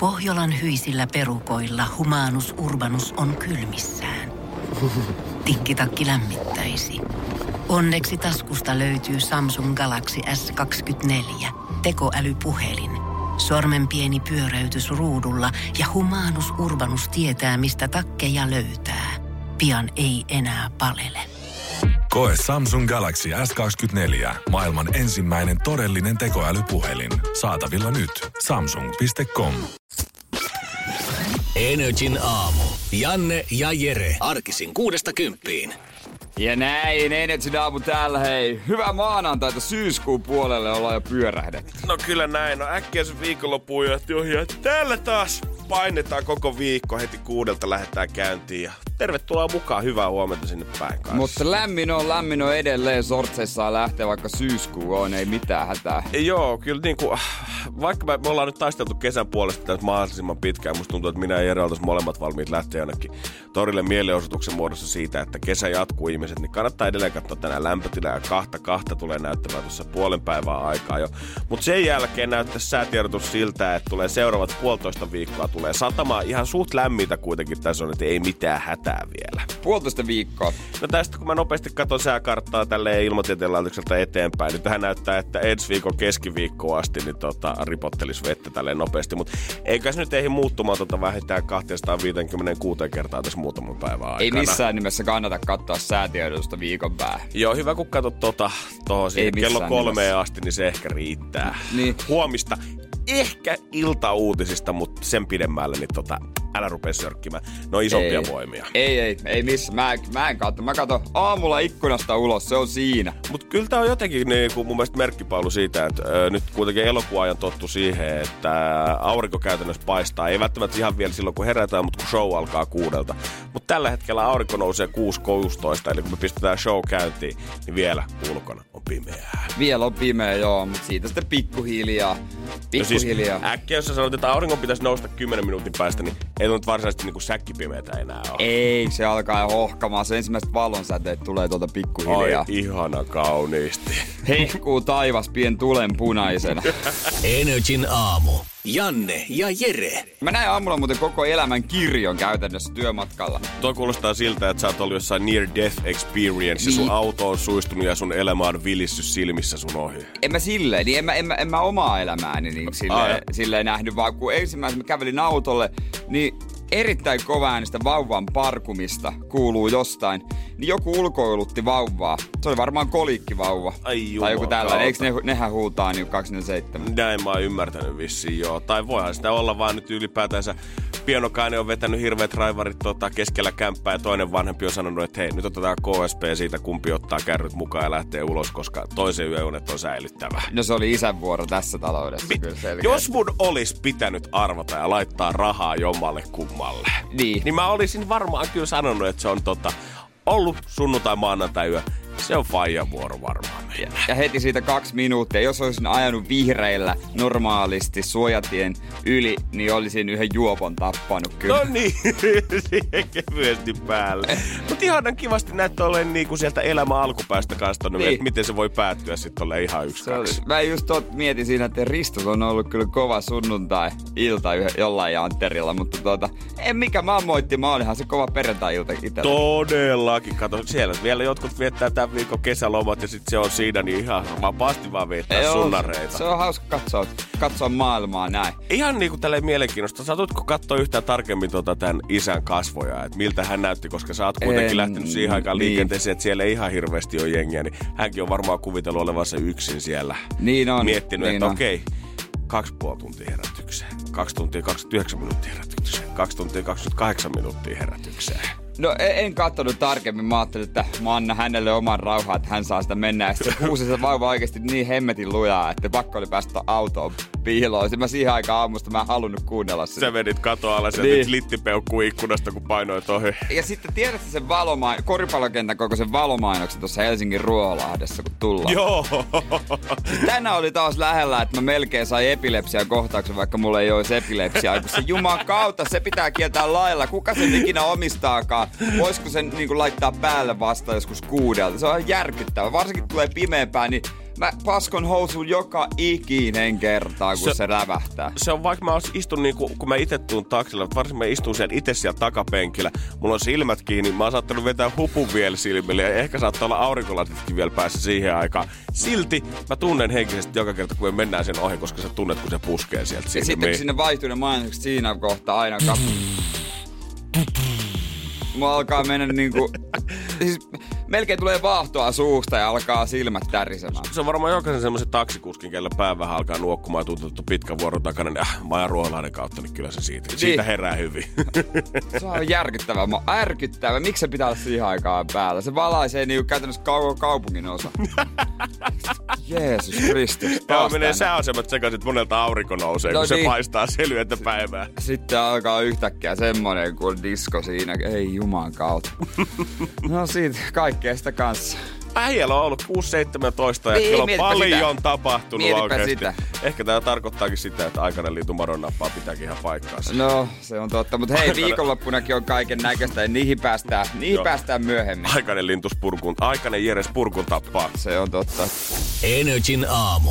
Pohjolan hyisillä perukoilla Humanus Urbanus on kylmissään. Tikkitakki lämmittäisi. Onneksi taskusta löytyy Samsung Galaxy S24. Tekoälypuhelin. Sormen pieni pyöräytys ruudulla ja Humanus Urbanus tietää, mistä takkeja löytää. Pian ei enää palele. Koe Samsung Galaxy S24. Maailman ensimmäinen todellinen tekoälypuhelin. Saatavilla nyt. Samsung.com. NRJ:n aamu. Janne ja Jere. Arkisin 6–10. Ja näin, NRJ:n aamu täällä, hei. Hyvää maanantaita, syyskuun puolelle ollaan jo pyörähdetty. No kyllä näin, no äkkiä se viikonloppuun jo ohi, että täällä taas painetaan koko viikko, heti 6 lähdetään käyntiin ja tervetuloa mukaan, hyvää huomenta sinne päin kanssa. Mutta lämmin on edelleen, sortseissaan lähtee, vaikka syyskuu on, ei mitään hätää. Joo, kyllä niinku, vaikka me ollaan nyt taisteltu kesän puolesta tästä mahdollisimman pitkään, musta tuntuu, että minä ja Jere oltaisiin molemmat valmiit lähteä jonnekin torille mielenosoituksen muodossa siitä, että kesä jatkuu ihmiset, niin kannattaa edelleen katsoa tänään lämpötilaa ja kahta tulee näyttämään tuossa puolen päivää aikaa jo. Mutta sen jälkeen näyttäisi säätiedotus siltä, että tulee seuraavat 1,5 viikkoa, tulee satamaan ihan suht lämmintä kuitenkin tässä on, että ei mitään hätää vielä. 1,5 viikkoa. No tästä kun mä nopeasti katson sääkarttaa tälleen Ilmatieteen laitokselta eteenpäin, niin tähän näyttää, että ensi viikon keskiviikkoon asti niin ripottelisi vettä tälleen nopeasti, mutta eikä se nyt ehdi muuttumaan vähintään 256 kertaa tässä muutaman päivän aikana. Ei missään nimessä kannata katsoa säätiedotusta viikon päähän. Joo, hyvä kun katsot tohon siihen kello 3 asti, niin se ehkä riittää. Niin. Huomista ehkä iltauutisista, mutta sen pidemmälle niin älä rupea sörkkimään. Ne on isompia voimia. Ei missä. Mä en katso. Mä katson aamulla ikkunasta ulos, se on siinä. Mut kyllä tää on jotenkin niinku mun mielestä merkkipaalu siitä, että nyt kuitenkin elokuun ajan tottu siihen, että aurinko käytännössä paistaa. Ei välttämättä ihan vielä silloin kun herätään, mutta kun show alkaa 6. Mutta tällä hetkellä aurinko nousee 6:16, eli kun me pistetään show käyntiin, niin vielä ulkona on pimeää. Vielä on pimeä, joo, mutta siitä sitten pikkuhiljaa. Siis äkkiä, jos sä sanot, että auringon pitäisi nousta 10 minuutin päästä, niin ei tuon varsinaisesti niinku säkkipimeätä enää ole. Ei, se alkaa hohkamaan. Se ensimmäiset valonsäteet tulee tuolta pikkuhiljaa. Ai, ihana kauniisti. Hehkuu taivas pien tulen punaisena. NRJ:n aamu. Janne ja Jere. Mä näin aamulla muuten koko elämän kirjon käytännössä työmatkalla. Toi kuulostaa siltä, että sä oot ollut jossain near death experience ja sun auto on suistunut ja sun elämä on vilissy silmissä sun ohi. En mä silleen, niin en mä omaa elämääni niin silleen nähnyt, vaan kun ensimmäisenä mä kävelin autolle, niin erittäin kovaäänistä vauvan parkumista kuuluu jostain. Niin joku ulkoilutti vauvaa. Se oli varmaan kolikkivauva. Tai joku tällainen. Eikö nehän huutaa niin 27? Näin mä oon ymmärtänyt vissiin, joo. Tai voihan sitä olla vaan nyt ylipäätänsä. Pienokainen on vetänyt hirveät raivarit keskellä kämppää ja toinen vanhempi on sanonut, että hei, nyt otetaan KSP siitä, kumpi ottaa kärryt mukaan ja lähtee ulos, koska toisen yöunet on säilyttävä. No se oli isän vuoro tässä taloudessa kyllä selkeä. Jos mun olisi pitänyt arvata ja laittaa rahaa jommalle kummalle, niin mä olisin varmaan kyllä sanonut, että se on ollut sunnuntai maanantai yö. Se on faijan vuoro varmaan mennä. Ja heti siitä 2 minuuttia. Jos olisin ajanut vihreillä normaalisti suojatien yli, niin olisin yhden juopon tappanut kyllä. No niin, siihen kevyesti päälle. Mutta ihanan kivasti näyttää olemaan niinku sieltä elämän alkupäästä kastanut, niin. Että miten se voi päättyä sitten olemaan ihan 1-2. Mä just mietin siinä, että Ristus on ollut kyllä kova sunnuntai-ilta jollain jantterilla, mutta mä moitti, mä olinhan se kova perjantai-ilta itsellä. Todellakin, kato siellä vielä jotkut viettää tämän viikon kesälomat ja sit se on siinä, niin ihan vapaasti vaan viettää sunnareita. Se on hauska katsoa maailmaa näin. Ihan niinku tälleen mielenkiinnosta. Satutko katsoa yhtään tarkemmin tän isän kasvoja, että miltä hän näytti, koska sä oot kuitenkin lähtenyt siihen aikaan liikenteeseen, että siellä ei ihan hirveästi ole jengiä, niin hänkin on varmaan kuvitellut olevansa yksin siellä. Niin on. Miettinyt, että okei, 2,5 tuntia herätykseen, 2 tuntia 29 minuuttia herätykseen, 2 tuntia 28 minuuttia herätykseen. No en katsonut tarkemmin. Mä ajattelin, että mä annan hänelle oman rauhan, että hän saa sitä mennä. Ja sitten huusi se vauva oikeasti niin hemmetin lujaa, että pakko oli päästä autoon piiloon. Sitten mä siihen aikaan aamusta mä en halunnut kuunnella sitä. Sä vedit katoa alas ja nyt littipeukkuu ikkunasta, kun painoit ohi. Ja sitten tiedätkö sen koripallokentän kokoisen valomainoksen tuossa Helsingin Ruolahdessa, kun tullaan. Joo. Tänään oli taas lähellä, että mä melkein sain epilepsian kohtauksen, vaikka mulla ei olisi epilepsiaa. Kun se juman kautta, se pitää kieltää lailla. Kuka sen ikinä omistaakaan? Voisiko sen niin kuin laittaa päälle vasta joskus 6? Se on järkyttävä. Varsinkin tulee pimeämpää, niin mä paskon housuun joka ikinen kertaa, kun se rävähtää. Se on vaikka mä istun niinku, kun mä ite tuun taksilla, varsinkin mä istun itse siellä takapenkillä, mulla on silmät kiinni, mä oon saattanut vetää hupun vielä silmille ja ehkä saattaa olla aurinkolasitkin vielä päässä siihen aikaan. Silti mä tunnen henkisesti joka kerta, kun me mennään sen ohi, koska sä tunnet, kun se puskee sieltä silmiin. Ja sitten kun sinne vaihtuu ne mainokset siinä kohtaa aina mua alkaa mennä niinku... Siis melkein tulee vaahtoa suusta ja alkaa silmät tärisemään. Se on varmaan jokaisen semmoisen taksikuskin, kellä pää vähän alkaa nuokkumaan ja tuntuu, että pitkän vuoron takana, niin Maja Ruoholahden kautta, niin kyllä se siitä herää hyvin. Se on järkyttävä. Miksi se pitää olla siihen aikaan päällä? Se valaisee niin käytännössä kaupungin osa. Jeesus Kristus. Joo, menee sääasemat sekaisin, että monelta aurinko nousee, kun se paistaa selvyettä päivää. Sitten alkaa yhtäkkiä semmonen kuin disko siinä. Ei juman kautta. No siitä kaikkea sitä kanssa. Äijällä on ollut 6-17 ja kyllä on paljon tapahtunut oikeasti. Sitä. Ehkä tämä tarkoittaakin sitä, että Aikainen lintu madonnappaa pitääkin ihan paikkaansa. No, se on totta. Mutta hei, viikonloppunakin on kaiken näköistä ja niihin päästään myöhemmin. Aikainen Jere Spurkun tappaa. Se on totta. Energin aamu.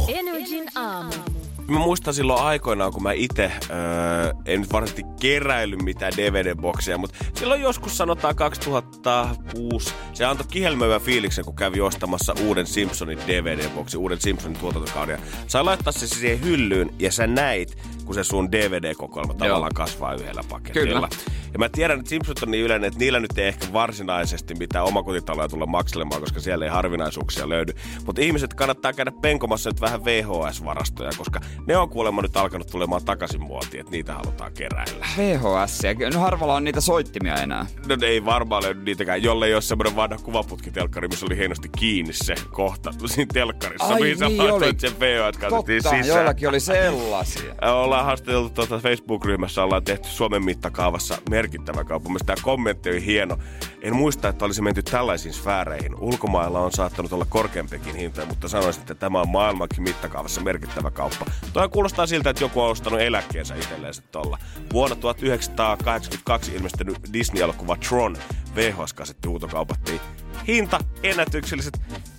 Mä muistan silloin aikoinaan, kun mä itse, en nyt varsinaisesti keräily mitään DVD-bokseja, mutta silloin joskus sanotaan 2006, se antoi kihelmöivän fiiliksen, kun kävi ostamassa uuden Simpsonin DVD-boksi, uuden Simpsonin tuotantokauden. Sai laittaa se siihen hyllyyn ja sä näit, kun se sun DVD-kokoelma tavallaan kasvaa yhdellä paketilla. Kyllä. Ja mä tiedän, että Simpsons on niin yleinen, että niillä nyt ei ehkä varsinaisesti mitään omakotitaloja tulla makselemaan, koska siellä ei harvinaisuuksia löydy. Mutta ihmiset kannattaa käydä penkomassa nyt vähän VHS-varastoja, koska ne on kuulemma nyt alkanut tulemaan takaisin muotiin, että niitä halutaan keräillä. VHS-ja? No harvalla on niitä soittimia enää. No ei varmaan löydy niitäkään, jollei ole semmoinen vanha kuvaputkitelkkari, missä oli hienosti kiinni se kohta siinä telkkarissa, mihin sä laitoit sen VHS-kasettiin sisään. Jollakin oli sellaisia. Ollaan haastateltu Facebook-ryhmässä, ollaan tehty Suomen mittakaavassa merkittävä kauppa. Mielestäni tämä kommentti on hieno. En muista, että olisi menty tällaisiin sfääreihin. Ulkomailla on saattanut olla korkeampikin hintoja, mutta sanoisin, että tämä on maailmankin mittakaavassa merkittävä kauppa. Toi kuulostaa siltä, että joku on ostanut eläkkeensä itselleen tuolla. Vuonna 1982 ilmestynyt Disney-elokuva Tron VHS-kasetti huutokaupattiin. Hinta ennätykselliset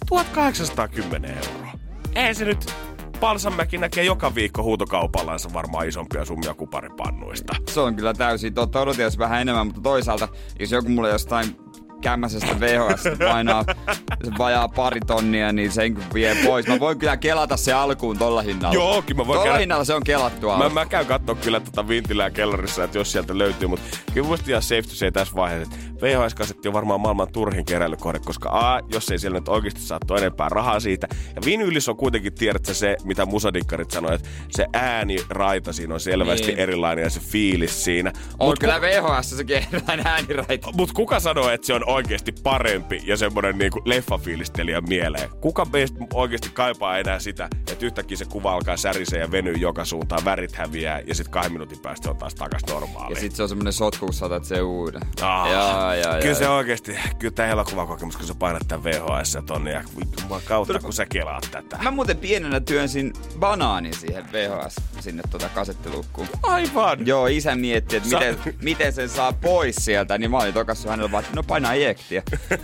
1810 €. Ei se nyt... Palsanmäki näkee joka viikko huutokaupallansa varmaan isompia summia kuparipannuista. Se on kyllä täysin totta. Odotin jos vähän enemmän, mutta toisaalta, jos joku mulle jostain kämmäisestä VHS painaa se vajaa 2 tonnia, niin sen kun vie pois. Mä voin kyllä kelata se alkuun tolla hinnalla. Jookin, mä voin tolla hinnalla se on kelattua. Mä käyn kattoo kyllä Vintilää kellarissa, että jos sieltä löytyy, mutta kyllä musta ihan safe to say tässä vaiheessa, että VHS-kasetti on varmaan maailman turhin keräilykohde, koska jos ei siellä nyt oikeasti saattu enempää rahaa siitä. Ja vinyylissä on kuitenkin, tiedätkö se, mitä musadikkarit sanoo, että se ääniraita siinä on selvästi erilainen ja se fiilis siinä. On kyllä VHS sekin erilainen ääniraita. Mut kuka sanoo, että se on oikeasti parempi ja semmonen niinku leffafiilistelijä mieleen? Kuka meistä oikeasti kaipaa enää sitä, että yhtäkkiä se kuva alkaa särisee ja venyy joka suuntaan, värit häviää ja sit 2 minuutin päästä on taas takas normaali. Ja sit se on semmonen sotku, kun saatat se uuden. Kyllä se oikeesti, kyllä tää elokuvakokemus, kun sä painat tän VHS tonne ja kautta, kun sä kelaat tätä. Mä muuten pienenä työnsin banaanin siihen VHS sinne kasettilukkuun. Aivan! Joo, isä mietti, että miten sen saa pois sieltä, niin mä olin tokassu hänellä vaan, että no painaa ejektiä.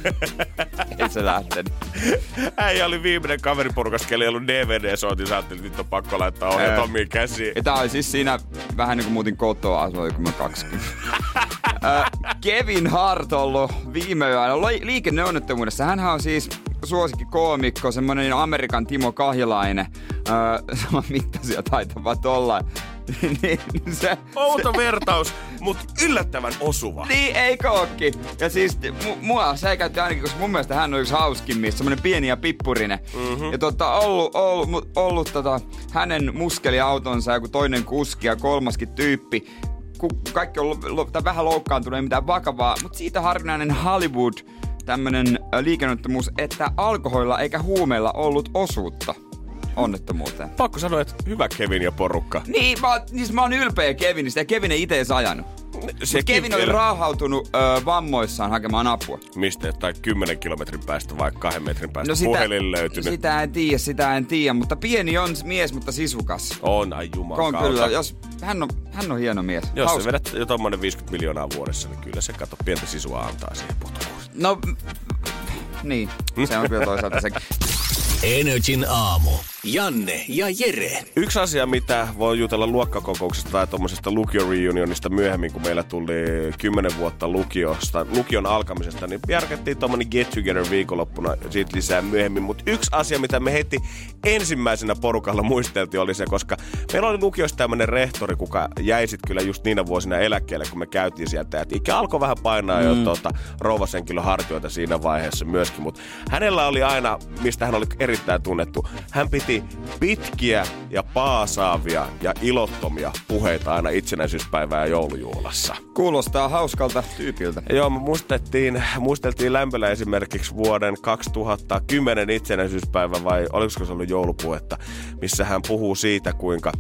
Ei se lähtenyt. Äijä oli viimeinen kaveriporukas, kelle ei ollut DVD-soitin, sä ajattelin, että nyt on pakko laittaa ohjat omiin käsiin. Ja tää oli siis siinä vähän niin kuin muutin kotoa, se oli kun mä 20. Kevin Hart ollut viime yönä liikenneonnettomuudessa. Hänhän on siis suosikkikoomikko, semmonen Amerikan Timo Kahilainen. Saman mittaisia taitavat olla. Outo vertaus, mutta yllättävän osuva. Niin, eikö ookin? Ja siis mua säikäytti ainakin, koska mun mielestä hän on yksi hauskimmista, semmonen pieni ja pippurinen. Mm-hmm. Ja ollut hänen muskeliautonsa, joku toinen kuski ja kolmaskin tyyppi. Kaikki on vähän loukkaantunut, ei mitään vakavaa, mutta siitä harvinainen Hollywood tämmönen liikenneonnettomuus, että alkoholilla eikä huumeilla ollut osuutta onnettomuuteen. Pakko sanoa, että hyvä Kevin ja porukka. Niin, mä oon ylpeä Kevinistä ja Kevin ei itse edes ajanut. Kevin oli raahautunut vammoissaan hakemaan apua. Mistä? Tai 10 kilometrin päästä vai 2 metrin päästä puhelin löytynyt? Sitä en tiedä, mutta pieni on mies, mutta sisukas. On, ai jumakauta. Kyllä, hän on hieno mies. Jos sä vedät jo tommonen 50 miljoonaa vuodessa, niin kyllä se kato pientä sisua antaa siihen putukuun. No, niin. Se on kyllä toisaalta sekin. Energin aamu. Janne ja Jere. Yksi asia, mitä voi jutella luokkakokouksesta tai tuommoisesta lukioreunionista myöhemmin, kun meillä tuli 10 vuotta lukion alkamisesta, niin järkettiin tuommoinen get together viikonloppuna siitä lisää myöhemmin. Mutta yksi asia, mitä me heti ensimmäisenä porukalla muisteltiin, oli se, koska meillä oli lukiossa tämmöinen rehtori, kuka jäi sit kyllä just niinä vuosina eläkkeelle, kun me käytiin sieltä. Et ikä alkoi vähän painaa jo rouvashenkilön hartioita siinä vaiheessa myöskin, mutta hänellä oli aina, mistä hän oli erittäin tunnettu, hän piti pitkiä ja paasaavia ja ilottomia puheita aina itsenäisyyspäivää ja joulujuhlassa. Kuulostaa hauskalta tyypiltä. Joo, me muisteltiin lämpöllä esimerkiksi vuoden 2010 itsenäisyyspäivä, vai oliko se ollut joulupuhetta, missä hän puhuu siitä, kuinka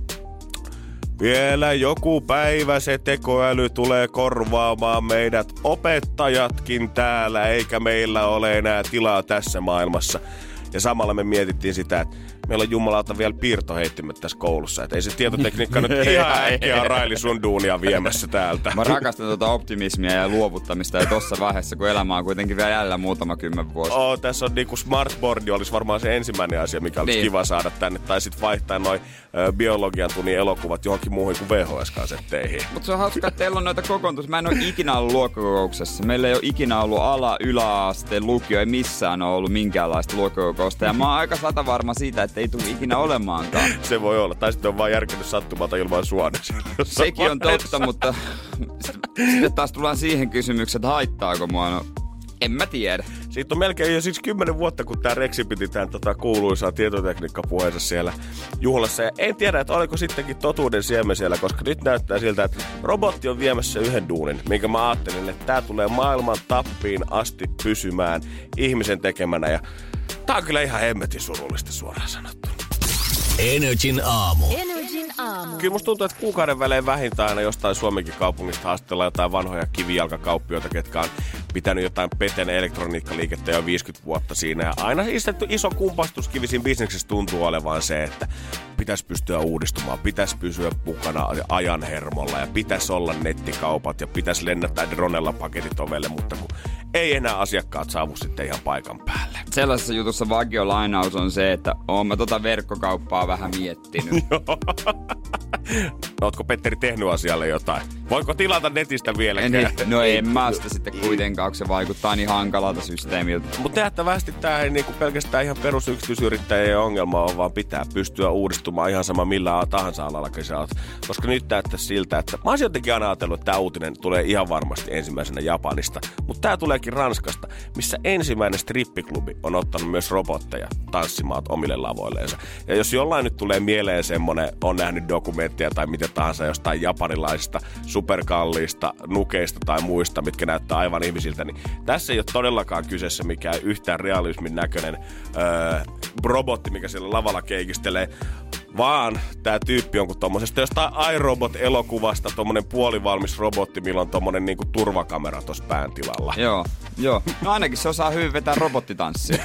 vielä joku päivä se tekoäly tulee korvaamaan meidät opettajatkin täällä, eikä meillä ole enää tilaa tässä maailmassa. Ja samalla me mietittiin sitä, että meillä on jumalauta vielä piirtoheittimet tässä koulussa. Että ei se tietotekniikka nyt ihan äkkiä Raili sun duunia viemässä täältä. Mä rakastan tuota optimismia ja luovuttamista ja tossa vaiheessa, kun elämä on kuitenkin vielä jäljellä muutama 10 vuosi. Tässä on niinku smartboardi olisi varmaan se ensimmäinen asia, mikä olisi kiva saada tänne. Tai sit vaihtaa noi biologian tunnin elokuvat johonkin muuhun kuin VHS-kasetteihin. Mutta se on hauska, että teillä on noita kokoontumisia. Mä en ole ikinä ollut luokkakokouksessa. Meillä ei ole ikinä ollut yläaste, lukio, ei missään ole ollut minkäänlaista luokkakokousta. Ja mä oon aika satavarma siitä, että ei tule ikinä olemaankaan. Se voi olla. Tai sitten on vaan järkenyt sattumalta ilman suoda. Sekin on totta, mutta sitten taas tullaan siihen kysymykseen, että haittaako mua. No, en mä tiedä. Siitä on melkein jo siis 10 vuotta, kun tää Reksi piti tämän kuuluisaa tietotekniikkapuheensa siellä juhlassa. Ja en tiedä, että oliko sittenkin totuuden siemen siellä, koska nyt näyttää siltä, että robotti on viemässä yhden duunin, minkä mä ajattelin, että tää tulee maailman tappiin asti pysymään ihmisen tekemänä. Ja tää on kyllä ihan hemmetin surullista suoraan sanottuna. Energin aamu. Kyllä musta tuntuu, että kuukauden välein vähintään aina jostain Suomenkin kaupungista haastellaan jotain vanhoja kivijalkakauppioita, ketkä on pitänyt jotain Peten elektroniikkaliikettä jo 50 vuotta siinä. Ja aina istetty iso kumpastuskivi siinä bisneksessä tuntuu olevan se, että pitäisi pystyä uudistumaan, pitäisi pysyä mukana ajan hermolla ja pitäisi olla nettikaupat ja pitäisi lennättää dronella paketit ovelle, mutta kun ei enää asiakkaat saavu sitten ihan paikan päälle. Sellaisessa jutussa vakiolainaus on se, että oon mä verkkokauppaa vähän miettinyt. Ootko Petteri tehnyt asialle jotain? Voiko tilata netistä vieläkään? No en mä sitä sitten kuitenkaan, kun se vaikuttaa niin hankalalta systeemiltä. Mutta nähtävästi tää ei niinku pelkästään ihan perusyksityisyrittäjien ongelma on, vaan pitää pystyä uudistumaan ihan sama millä tahansa alalla, kun sä oot. Koska nyt näyttää siltä, että mä oon jotenkin aina ajatellut, että tää uutinen tulee ihan varmasti ensimmäisenä Japanista. Mutta tää tuleekin Ranskasta, missä ensimmäinen strippiklubi on ottanut myös robotteja tanssimaan omille lavoilleensa. Ja jos jollain nyt tulee mieleen semmonen, on nähnyt dokumenttia tai mitä tahansa jostain japanilaisista superkalliista nukeista tai muista, mitkä näyttää aivan ihmisiltä, niin tässä ei ole todellakaan kyseessä mikään yhtään realismin näköinen robotti, mikä siellä lavalla keikistelee, vaan tää tyyppi on kuin tommosesta jostain iRobot-elokuvasta tommonen puolivalmis robotti, millä on tommonen niinku turvakamera tossa pään tilalla. Joo. No ainakin se osaa hyvin vetää robottitanssia.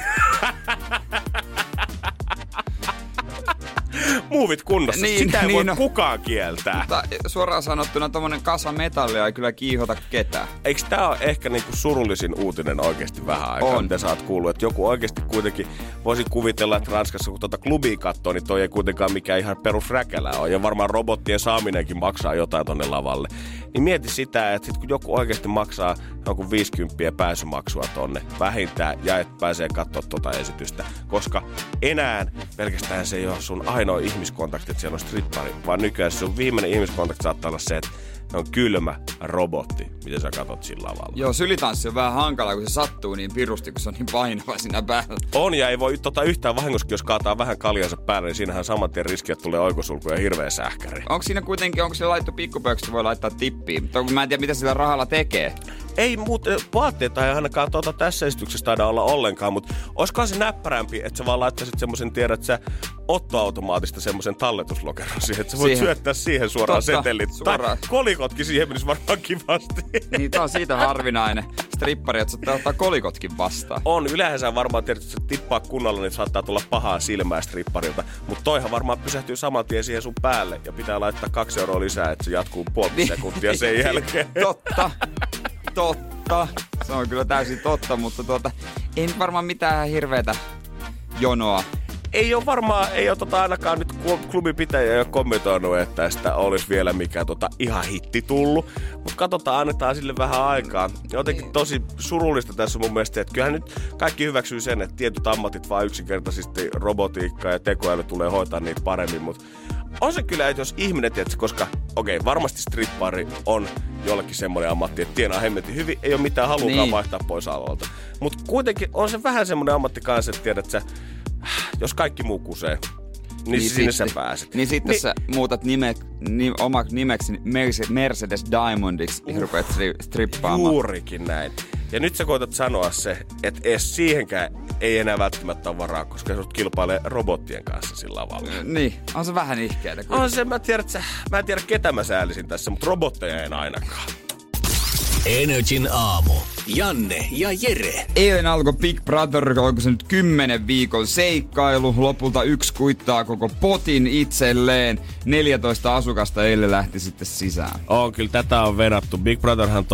Muuvit kunnossa. Sitä ei voi kukaan kieltää. Mutta suoraan sanottuna tommonen kasa metallia ei kyllä kiihota ketään. Eikö tää ole ehkä niinku surullisin uutinen oikeesti vähän aikaa, mitä sä oot kuullut? Että joku oikeesti kuitenkin voisi kuvitella, että Ranskassa kun tuota klubia katsoo, niin toi ei kuitenkaan mikään ihan perusräkälä ole. Ja varmaan robottien saaminenkin maksaa jotain tonne lavalle. Niin mieti sitä, että sit kun joku oikeesti maksaa joku 50 pääsymaksua tonne vähintään ja et pääsee katsoa tuota esitystä. Koska enää pelkästään se ei ole sun ainoa ihmiskontakti, että siellä on strippari, vaan nykyään se sun viimeinen ihmiskontakti saattaa olla se, että on kylmä robotti, mitä sä katot sillä lavalla. Joo, sylitanssi on vähän hankalaa, kun se sattuu niin pirusti, kun se on niin painava siinä päällä. On, ja ei voi yhtään vahingoskin, jos kaataa vähän kaljansa päälle, niin siinähän saman tien riski, että tulee oikosulku ja hirveä sähkäri. Onko siinä kuitenkin, onko se laittu pikkupööksi, voi laittaa tippiin? Mä en tiedä, mitä sillä rahalla tekee. Ei vaatteita ei ainakaan tässä esityksessä taida olla ollenkaan, mutta olisikohan se näppärämpi, että sä vaan laittaisit semmoisen, tiedät sä, ottoautomaatista semmoisen talletuslokeron siihen, että sä voit syöttää siihen suoraan setelit. Tai kolikotkin siihen menisi varmaan kivasti. Niin, tää on siitä harvinainen strippari, että sä ottaa kolikotkin vastaan. On, yleensä varmaan tiedät, että sä tippaa kunnolla, niin saattaa tulla pahaa silmää stripparilta. Mutta toihan varmaan pysähtyy saman tien siihen sun päälle ja pitää laittaa 2 € lisää, että se jatkuu puolta sekuntia sen jälkeen. Totta. Se on kyllä täysin totta, mutta ei nyt varmaan mitään hirveetä jonoa ei ole ainakaan nyt klubipitäjä ei ole kommentoinut, että sitä olisi vielä mikään ihan hitti tullut. Mutta katsotaan, annetaan sille vähän aikaa. Jotenkin tosi surullista tässä mun mielestä, että kyllähän nyt kaikki hyväksyy sen, että tietyt ammatit vaan yksinkertaisesti robotiikka ja tekoäly tulee hoitaa niitä paremmin, mutta on se kyllä, että jos ihminen tietysti, koska varmasti strippari on jollekin semmoinen ammatti, että tienaa hemmetin hyvin, ei ole mitään haluakaan vaihtaa pois alalta. Mutta kuitenkin on se vähän semmoinen ammatti kanssa, että tiedät sä, jos kaikki muu kusee, niin sinne sä pääset. Niin sitten sä muutat omaksi nimeksi Mercedes Diamondiksi ja rupeat strippaamaan. Juurikin näin. Ja nyt sä koetat sanoa se, että edes siihenkään ei enää välttämättä ole varaa, koska sut kilpailee robottien kanssa sillä tavalla. Niin, on se vähän ihkeetä. On se, mä en tiedä ketä mä säälisin tässä, mutta robotteja en ainakaan. Energin aamu. Janne ja Jere. Eilen alkoi Big Brother, oliko se nyt 10 viikon seikkailu. Lopulta yksi kuittaa koko potin itselleen. 14 asukasta eilen lähti sitten sisään. Kyllä tätä on venattu. Big Brotherhan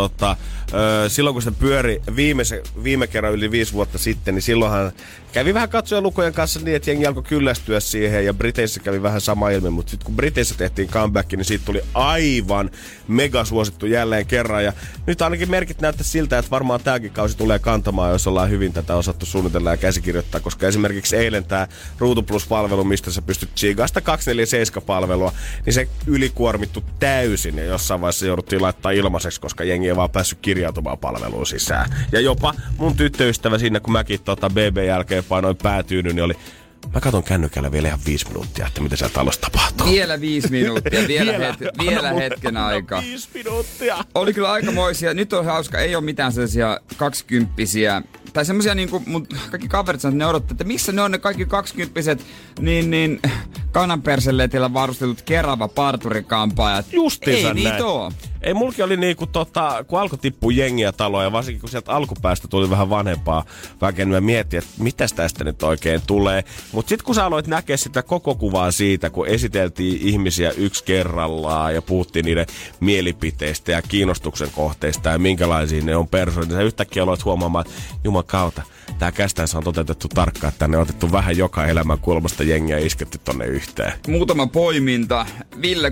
silloin kun se pyöri viime kerran yli 5 vuotta sitten, niin silloinhan kävi vähän katsojalukujen kanssa niin, että jengi alkoi kyllästyä siihen. Ja Briteissä kävi vähän sama ilme, mutta sitten kun Briteissä tehtiin comeback, niin siitä tuli aivan mega suosittu jälleen kerran. Ja nyt ainakin merkit näyttää siltä, että varmaan tämäkin kausi tulee kantamaan, jos ollaan hyvin tätä osattu suunnitella ja käsikirjoittaa, koska esimerkiksi eilen tämä Ruutu Plus-palvelu, mistä sä pystyt chiigasta 247-palvelua, niin se ylikuormittu täysin ja jossain vaiheessa jouduttiin laittaa ilmaiseksi, koska jengi ei vaan päässyt kirjautumaan palveluun sisään. Ja jopa mun tyttöystävä siinä, kun mäkin BB jälkeen painoin päätyynyt, niin oli mä katon kännykällä vielä ihan 5 minuuttia, että mitä siellä talossa tapahtuu. Vielä 5 minuuttia, vielä hetken aikaa. 5 minuuttia. Oli kyllä aikamoisia. Nyt on hauska, ei ole mitään sellaisia 20-vuotiaita tai semmosia niinku mun kaikki kaverit sanoo, että ne odottaa, että missä ne on ne kaikki 20-vuotiaat niin kananperseleetillä varustetut Kerava parturikampaajat. Justiinsa ei niitä oo. Ei, mulki oli niinku kun alkoi tippua jengiä taloon ja varsinkin kun sieltä alkupäästä tuli vähän vanhempaa väkeä, niin mä mietin, että mitäs tästä nyt oikein tulee. Mut sit kun sä aloit näkeä sitä koko kuvaa siitä, kun esiteltiin ihmisiä yksi kerrallaan ja puhuttiin niiden mielipiteistä ja kiinnostuksen kohteista ja minkälaisia ne on persoonat, niin sä yhtäkkiä aloit huomaamaan, että jumakauta, tää kästänsä on toteutettu tarkkaan, että tänne on otettu vähän joka elämän kulmasta jengiä ja isketty tonne yhteen. Muutama poiminta. Ville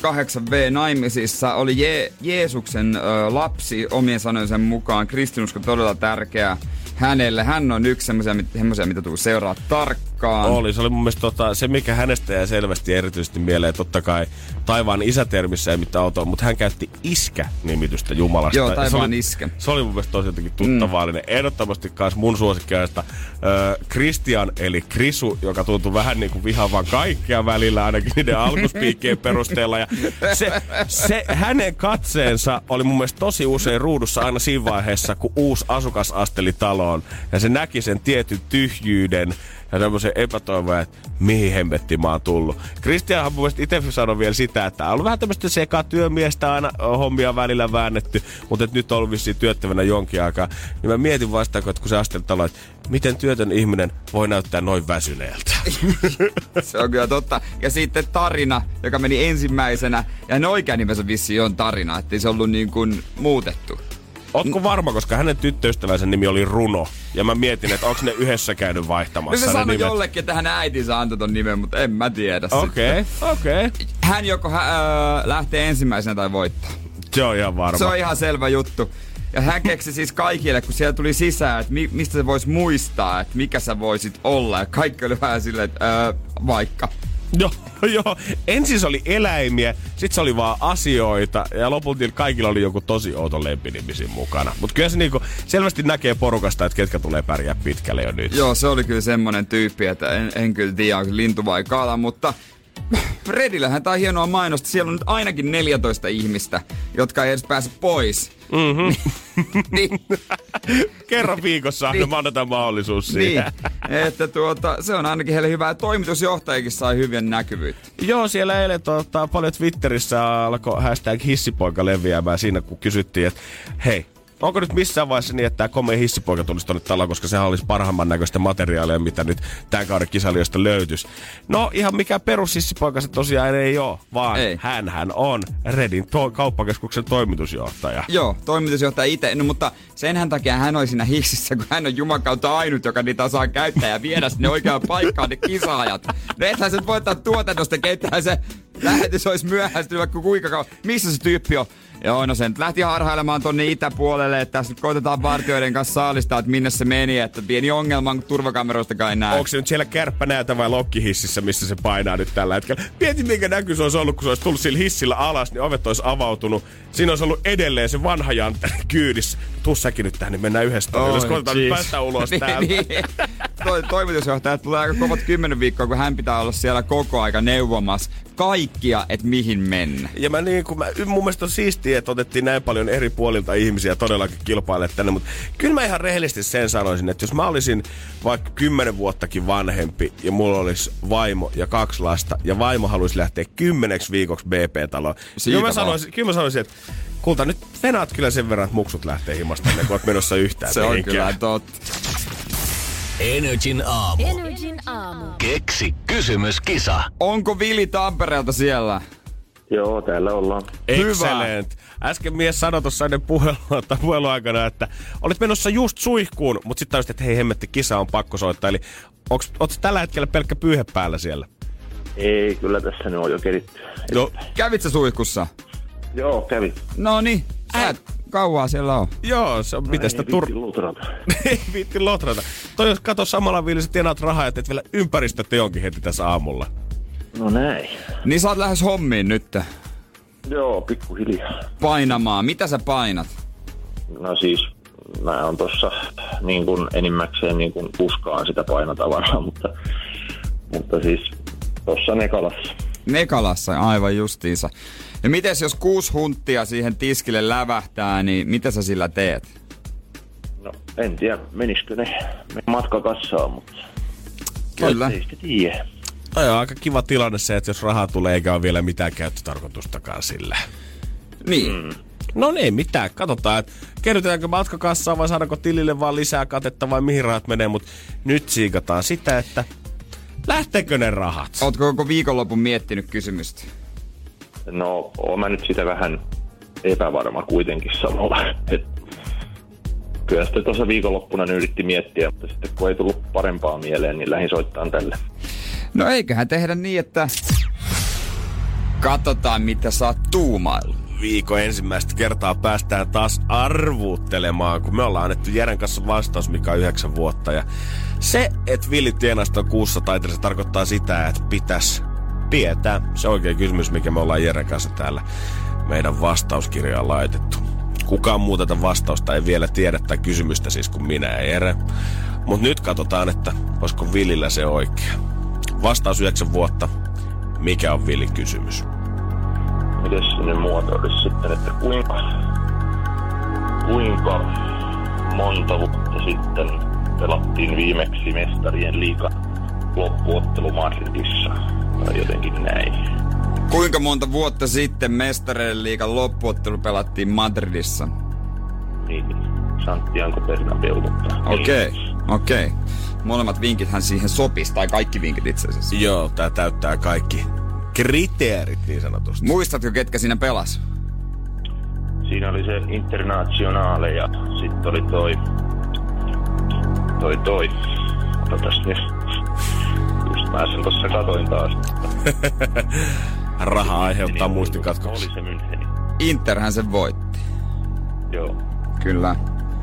38V naimisissa oli Jeesuksen lapsi omien sanojensa mukaan. Kristinusko todella tärkeä hänelle. Hän on yksi semmoisia, mitä tuu seuraa tarkkaan. Se oli mun mielestä se, mikä hänestä jää selvästi erityisesti mieleen. Totta kai taivaan isätermissä ei mitään autoa, mutta hän käytti iskä-nimitystä Jumalasta. Joo, taivaan iskä. Se oli mun mielestä tosi jotenkin tuttavaallinen. Ehdottomasti kans mun suosikkiaista Christian eli Krisu, joka tuntui vähän niin kuin vihaavan kaikkea välillä, ainakin niiden alkuspiikkien perusteella. Ja se hänen katseensa oli mun mielestä tosi usein ruudussa aina siinä vaiheessa, kun uusi asukas asteli taloon. Ja se näki sen tietyn tyhjyyden ja semmoisen epätoivoa, että mihin hemmettiin mä oon tullut. Kristianhan mun mielestä itse sanoi vielä sitä, että on ollut vähän tämmöistä sekatyömiestä aina hommia välillä väännetty, mutta nyt on ollut vissiin työttävänä jonkin aikaa. Niin mä mietin vastaako, että kun se asteli taloon, että miten työtön ihminen voi näyttää noin väsyneeltä. Se on kyllä totta. Ja sitten Tarina, joka meni ensimmäisenä, ja hänen oikean nimensä vissiin on Tarina, ettei se ollut niin kuin muutettu. Ootko varma, koska hänen tyttöystävänsä nimi oli Runo. Ja mä mietin, että onko ne yhdessä käynyt vaihtamassa se ne sanoi jollekin, että hänen äitinsä antoi ton nimen, mutta en mä tiedä Okei. Hän joko lähtee ensimmäisenä tai voittaa. Se on ihan varma. Se on ihan selvä juttu. Ja hän keksi siis kaikille, kun siellä tuli sisään, että mistä se voisi muistaa, että mikä sä voisit olla. Ja kaikki oli vähän silleen, että vaikka. Joo. Ensin se oli eläimiä, sit se oli vaan asioita ja lopulta kaikilla oli joku tosi outo lempinimisin mukana. Mut kyllä se niinku selvästi näkee porukasta, että ketkä tulee pärjää pitkälle jo nyt. Joo, se oli kyllä semmonen tyyppi, että en kyllä tiedä, onko lintu vai kala, mutta Redillähän tää on hienoa mainosta. Siellä on nyt ainakin 14 ihmistä, jotka ei edes pääse pois. Mm-hmm. Niin. Kerran viikossa niin. Me annetaan mahdollisuus siihen. Niin. Että se on ainakin heille hyvä. Toimitusjohtajakin sai hyvän näkyvyyttä. Joo, siellä eilen paljon Twitterissä alkoi hashtag hissipoika leviämään siinä, kun kysyttiin, että hei, onko nyt missään vaiheessa niin, että tämä komea hissipoika tulisi tonne taloon, koska sehän olisi parhaimman näköistä materiaalia, mitä nyt tämän kauden kisailijoista löytyisi. No ihan mikään perushissipoika se tosiaan ei ole, vaan hänhän on Redin kauppakeskuksen toimitusjohtaja. Joo, toimitusjohtaja itse, no mutta senhän takia hän oli siinä hississä, kun hän on jumakauta ainut, joka niitä saa käyttää ja viedä sinne oikeaan paikkaan ne kisaajat. No ethän se voi ottaa tuotannosta ketään, se lähetys olisi myöhästynyt vaikka kuinka kauan. Missä se tyyppi on? Joo, no se nyt lähti harhailemaan tonne itäpuolelle, että tässä nyt koitetaan vartijoiden kanssa saalistaa, että minne se meni, että pieni ongelma on, kun turvakameroistakaan ei näe. Onko se nyt siellä kärppänäätä vai lokkihississä, missä se painaa nyt tällä hetkellä? Mieti, minkä näky se olisi ollut, kun se olisi tullut sillä hissillä alas, niin ovet olisi avautunut. Siinä olisi ollut edelleen se vanha Jantteri kyydissä. Tuu säkin nyt tähän, niin mennään yhdessä tonne. Jos koitetaan nyt päästä ulos täältä. Toimitusjohtaja tulee aika kovat 10 viikkoa, kun hän pitää olla siellä koko aika neuvomassa kaikkia, että mihin mennä. Ja mun mielestä on siistiä, että otettiin näin paljon eri puolilta ihmisiä todellakin kilpailemaan tänne, mutta kyllä mä ihan rehellisesti sen sanoisin, että jos mä olisin vaikka 10 vuottakin vanhempi ja mulla olisi vaimo ja 2 lasta ja vaimo haluaisi lähteä 10 viikoksi BP-taloon, kyllä mä sanoisin, että kulta, nyt venaat kyllä sen verran, että muksut lähtee himasta ennen kuin oot menossa yhtään. Se on kyllä totta. Energin aamu. Keksi kysymyskisa. Onko Vili Tampereelta siellä? Joo, täällä ollaan. Excellent. Äsken mies sanoi tuossa ennen puhelun aikana, että olit menossa just suihkuun, mutta sitten tajusit, että hei hemmetti, kisa on pakko soittaa. Eli ootko tällä hetkellä pelkkä pyyhe päällä siellä? Ei, kyllä tässä ne on jo keritty. No. Kävit sä suihkussa? Joo, kävin. No niin, kauaa siellä on. Joo, se on miten sitä Ei viitti lotrata. Toi jos kato samalla Vili, sä tienaat rahaa ja teet vielä ympäristöteonkin heti tässä aamulla. No näin. Niin sä oot lähes hommiin nyt. Joo, pikkuhiljaa. Painamaan. Mitä sä painat? No siis, mä oon tossa niin kun enimmäkseen niin kun puskaan sitä painotavaraa, mutta siis tossa Nekalassa. Nekalassa, aivan justiinsa. Ja mites jos 6 hunttia siihen tiskille lävähtää, niin mitä sä sillä teet? No, en tiedä, menisikö ne matkakassaan, mutta kyllä. Ei sitä tiedä. Toi on aika kiva tilanne se, että jos rahaa tulee eikä ole vielä mitään käyttötarkoitustakaan sillä. Niin. No ei mitään, katsotaan, että kerrytetäänkö matkakassaa vai saadaanko tilille vaan lisää katetta vai mihin rahat menee, mutta nyt siikataan sitä, että lähteekö ne rahat? Ootko koko viikonlopun miettinyt kysymystä? No, oon mä nyt sitä vähän epävarma kuitenkin samalla. Kyllä sitten tuossa viikonloppuna yritti miettiä, mutta sitten kun ei tullut parempaa mieleen, niin lähdin soittamaan tälle. No eiköhän tehdä niin, että katsotaan mitä sä oot tuumaillut. Viikon ensimmäistä kertaa päästään taas arvuuttelemaan, kun me ollaan annettu Jeren kanssa vastaus, mikä on 9 vuotta. Ja se, että Vili tienasta on 600, se tarkoittaa sitä, että pitäisi tietää se oikea kysymys, mikä me ollaan Jeren kanssa täällä meidän vastauskirjaan laitettu. Kukaan muu tätä vastausta ei vielä tiedä tai kysymystä siis kuin minä ja Jere. Mutta nyt katsotaan, että olisiko Vilillä se oikea. Vastaus 9 vuotta. Mikä on Vilin kysymys? Mites sinne muotoilisi sitten, että kuinka monta vuotta sitten pelattiin viimeksi Mestarien liigan loppuottelu Madridissa? Tai jotenkin näin. Kuinka monta vuotta sitten Mestarien liigan loppuottelu pelattiin Madridissa? Niin, Santiago Bernabeu. Okei. Molemmat vinkithän siihen sopisi, tai kaikki vinkit itse asiassa. Joo, tää täyttää kaikki kriteerit niin sanotusti. Muistatko, ketkä siinä pelas? Siinä oli se Internazionale ja sitten oli toi. Otas nyt. Just mä sen tossa katoin taas. Raha aiheuttaa muistikatkoksia. Oli se Müncheni. Interhän se voitti. Joo. Kyllä.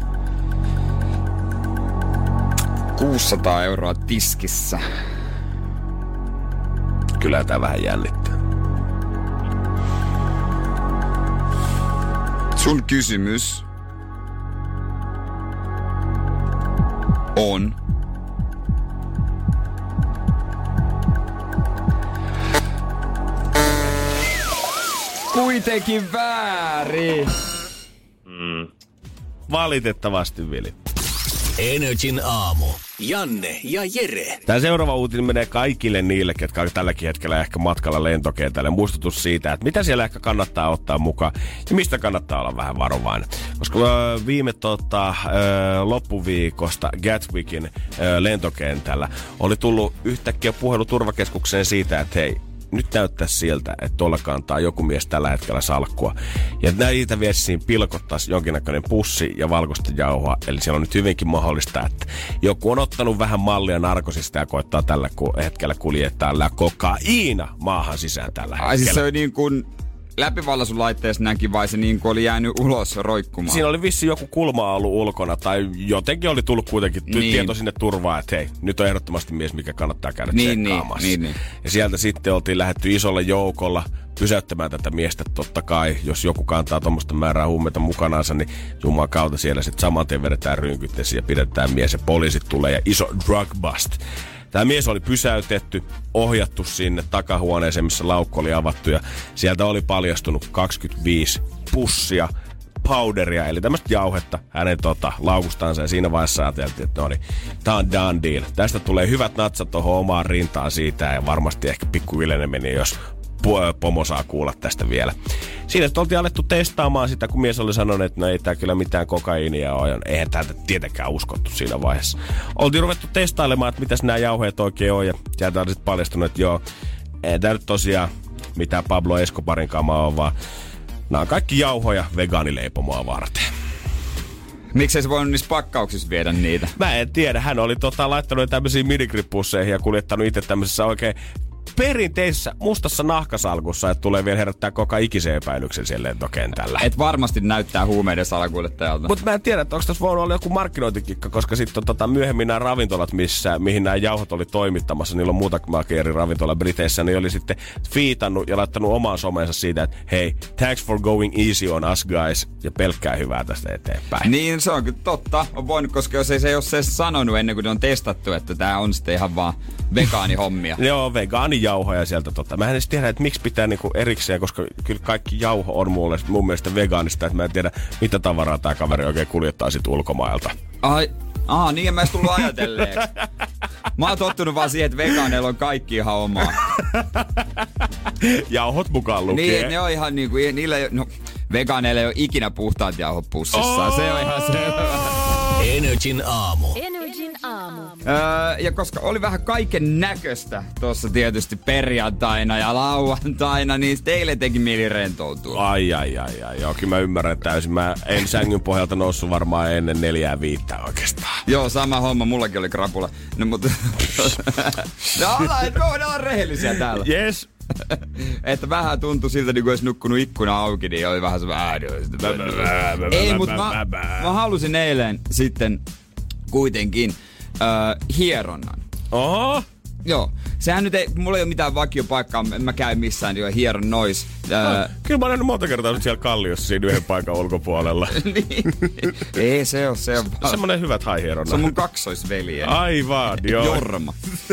600 € tiskissä. Kyllä tää vähän jännittää. Sun kysymys on kuitenkin väärin. Valitettavasti, Vili. Energin aamu. Janne ja Jere. Tämä seuraava uutinen menee kaikille niille, ketkä on tälläkin hetkellä ehkä matkalla lentokentälle. Muistutus siitä, että mitä siellä ehkä kannattaa ottaa mukaan ja mistä kannattaa olla vähän varovainen. Koska viime loppuviikosta Gatwickin lentokentällä oli tullut yhtäkkiä puhelu turvakeskukseen siitä, että hei, nyt näyttää siltä, että tuolla kantaa joku mies tällä hetkellä salkkua. Ja näitä viessiin pilkottaisi jonkinnäköinen pussi ja valkoista jauhoa. Eli siellä on nyt hyvinkin mahdollista, että joku on ottanut vähän mallia narkosista ja koittaa tällä hetkellä kuljettaa kokaiina maahan sisään tällä hetkellä. Ai siis se on niin kuin läpivallaisulaitteessa näki vai se niin kuin oli jäänyt ulos roikkumaan? Siinä oli vissi joku kulma ollut ulkona tai jotenkin oli tullut kuitenkin tieto sinne turvaan, että hei, nyt on ehdottomasti mies, mikä kannattaa käydä tsekkaamassa. Niin. Ja sieltä sitten oltiin lähdetty isolla joukolla pysäyttämään tätä miestä totta kai. Jos joku kantaa tuommoista määrää huumeita mukanaansa, niin juman kautta siellä sitten saman tien vedetään rynkyttesi ja pidetään mies ja poliisit tulee ja iso drug bust. Tämä mies oli pysäytetty, ohjattu sinne takahuoneeseen, missä laukku oli avattu ja sieltä oli paljastunut 25 pussia powderia, eli tämmöistä jauhetta hänen laukustansa ja siinä vaiheessa ajateltiin, että no niin, tää on done deal. Tästä tulee hyvät natsat tuohon omaan rintaan siitä ja varmasti ehkä pikkuvileinen meni, jos pomo saa kuulla tästä vielä. Siinä sitten oltiin alettu testaamaan sitä, kun mies oli sanonut, että no ei tää kyllä mitään kokaiinia ole. Eihän täältä tietenkään uskottu siinä vaiheessa. Oltiin ruvettu testailemaan, että mitäs nämä jauheet oikein on. Ja sieltä on sitten paljastunut, että joo, ei tää nyt tosiaan mitään Pablo Escobarin kamaa on, vaan nämä on kaikki jauhoja vegaanileipomoa varten. Miksei se voinut niissä pakkauksissa viedä niitä? Mä en tiedä. Hän oli laittanut tämmöisiin minigrippusseihin ja kuljettanut itse tämmöisessä oikein perinteisessä mustassa nahkasalkussa, että tulee vielä herättää koko ikisen epäilyksen siellä lentokentällä. Et varmasti näyttää huumeiden salakuljettajalta. Mutta mä en tiedä, että onko tässä voinut olla joku markkinointikikka, koska sitten myöhemmin nämä ravintolat, mihin nämä jauhot oli toimittamassa, niillä on muutamakin eri ravintola Briteissä, niin oli sitten fiitannut ja laittanut omaan someensa siitä, että hei, thanks for going easy on us guys, ja pelkkää hyvää tästä eteenpäin. Niin, se on kyllä totta. On voinut, koska jos ei se ole se sanonut ennen kuin ne on testattu, että tää on sitten ihan vaan vegaanihommia. Joo, vegaanijauhoja sieltä. Mä en edes tiedä, että miksi pitää niinku erikseen, koska kyllä kaikki jauho on mun mielestä vegaanista, että mä en tiedä, mitä tavaraa tää kaveri oikein kuljettaa sit ulkomailta. Niin en mä edes tullut ajatelleeksi. Mä oon tottunut vaan siihen, että vegaaneilla on kaikki ihan omaa. Jauhot mukaan lukee. Niin, ne on ihan niinku, vegaaneilla ei ole ikinä puhtaat jauhot pussissaan. Se on ihan selvä. Energin aamu. Ja koska oli vähän kaiken näköistä tuossa tietysti perjantaina ja lauantaina, niin teille teki mieli rentoutua. Ai. Joo, kyllä mä ymmärrän täysin. Mä en sängyn pohjalta noussut varmaan ennen 4-5 oikeastaan. Joo, sama homma. Mullakin oli krapula. No mutta... me voidaan olla rehellisiä täällä. Yes. Että vähän tuntui siltä, niin kuin olisi nukkunut ikkuna auki, niin oli vähän se... Ei, mutta mä halusin eilen sitten kuitenkin hieronnan. Oho. Joo. Sehän nyt ei, mulla ei ole mitään vakiopaikkaa, mä käyn missään, niin hieron nois. Kyllä mä oon nähnyt monta kertaa siellä Kalliossa siinä yhden paikan ulkopuolella. Niin. Ei, se on vaan. Semmonen hyvät haihieronna. Se on mun kaksoisveljeni. Aivan, joo. Jorma.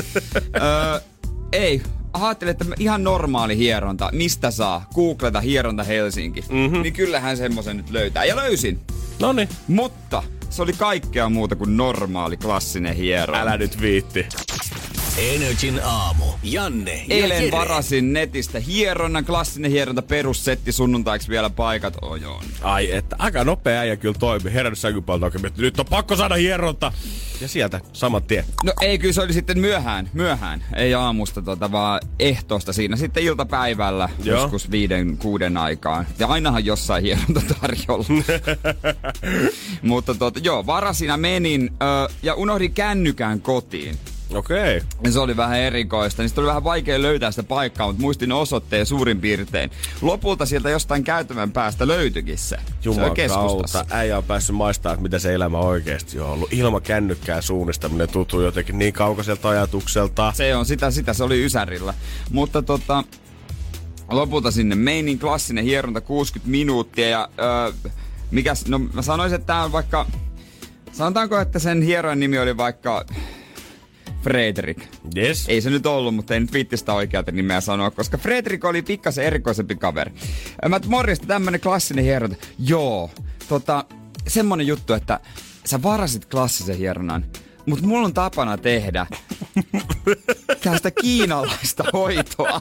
Ei. Ajattelin, että ihan normaali hieronta, mistä saa, googleta hieronta Helsinki, niin kyllähän semmoisen nyt löytää. Ja löysin. Noniin. Mutta se oli kaikkea muuta kuin normaali, klassinen hieronta. Älä nyt viitti. Energin aamu. Janne ja eilen Jere. varasin netistä hieronnan, klassinen hieronta perussetti, sunnuntaiksi vielä paikat. Joo. Ai, että aika nopea äijä kyllä toimi. Herännyt sänkypalta oikein, että nyt on pakko saada hieronta. Ja sieltä saman tien. No ei, kyllä se oli sitten myöhään. Ei aamusta, vaan ehtoosta siinä. Sitten iltapäivällä, joskus 5-6 aikaan. Ja ainahan jossain hieronta tarjolla. Mutta varasina menin ja unohdin kännykään kotiin. Okei. Ja se oli vähän erikoista. Niin sitten oli vähän vaikea löytää sitä paikkaa, mutta muistin osoitteen suurin piirtein. Lopulta sieltä jostain käytävän päästä löytyikin se. Jumakauta. Äijä on päässyt maistamaan, että mitä se elämä oikeasti on ollut. Ilman kännykkää suunnistaminen tuntuu jotenkin niin kaukaiselta ajatukselta. Se on sitä se oli Ysärillä. Mutta lopulta sinne meinin, klassinen hieronta 60 minuuttia ja mä sanoisin, että tää on vaikka, sanotaanko, että sen hieron nimi oli vaikka Fredrik. Yes. Ei se nyt ollut, mutta ei nyt viitti sitä oikealta nimeä sanoa, koska Fredrik oli pikkasen erikoisempi kaveri. Morjesta, tämmönen klassinen hieronta. Joo, semmonen juttu, että sä varasit klassisen hieronnan, mutta mulla on tapana tehdä tästä kiinalaista hoitoa.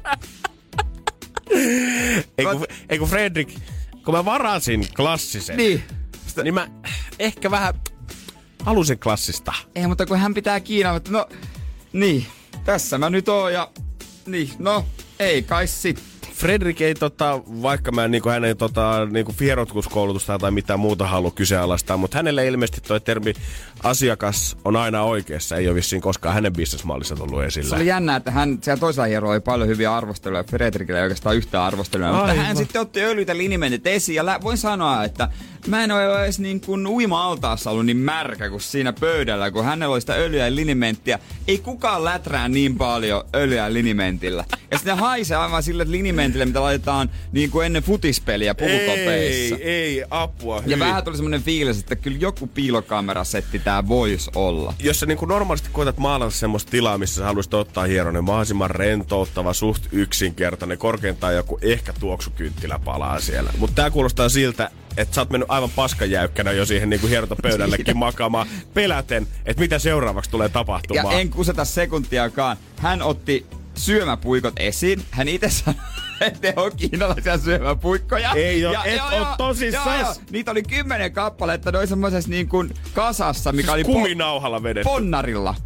Ei kun Fredrik, kun mä varasin klassisen, niin mä ehkä vähän halusin klassista. Ei, mutta kun hän pitää Kiinaa, no niin, tässä mä nyt oon ja niin, no ei kai sitten. Fredrik ei vaikka mä en niinku hänen niinku hierotkuskoulutusta tai mitään muuta halua kyseenalaistaa, mutta hänelle ilmeisesti toi termi asiakas on aina oikeassa. Ei ole vissiin koskaan hänen bisnesmallissa tullut esille. Se oli jännä, että hän siellä toisella hierolla oli paljon hyviä arvosteluja. Fredrikillä ei oikeastaan yhtään arvosteluja, mutta hän sitten otti öljytä linimentit esiin. Ja voin sanoa, että mä en ole edes niin kuin uima-altaassa ollut niin märkä kuin siinä pöydällä, kun hänellä oli sitä öljyä ja linimenttiä. Ei kukaan läträä niin paljon öljyä ja linimentillä. Ja sitten haisee aivan sille linimentille, mitä laitetaan niin kuin ennen futispeliä pukukopeissa. Ei, apua. Ja vähän tuli semmonen fiilis, että kyllä joku piilokamerasetti tää voisi olla. Jos sä niin kuin normaalisti koetat maalata semmoista tilaa, missä sä haluaisit ottaa hieronen, mahdollisimman rentouttava, suht yksinkertainen, korkeintaan joku ehkä tuoksukynttilä palaa siellä. Mutta tää kuulostaa siltä, että sä oot mennyt aivan paskajäykkänä jo siihen niin kuin hierontapöydällekin makaamaan peläten, että mitä seuraavaksi tulee tapahtumaan. Ja en kuseta sekuntiakaan. Hän otti syömäpuikot esiin. Hän itse sanoi, että on kiinalaisia syömäpuikkoja. Ei oo, et oo tosissas. Niitä oli 10 kappaletta, ne oli semmosessa niin kuin kasassa, mikä oli kuminauhalla vedetty. Ponnarilla.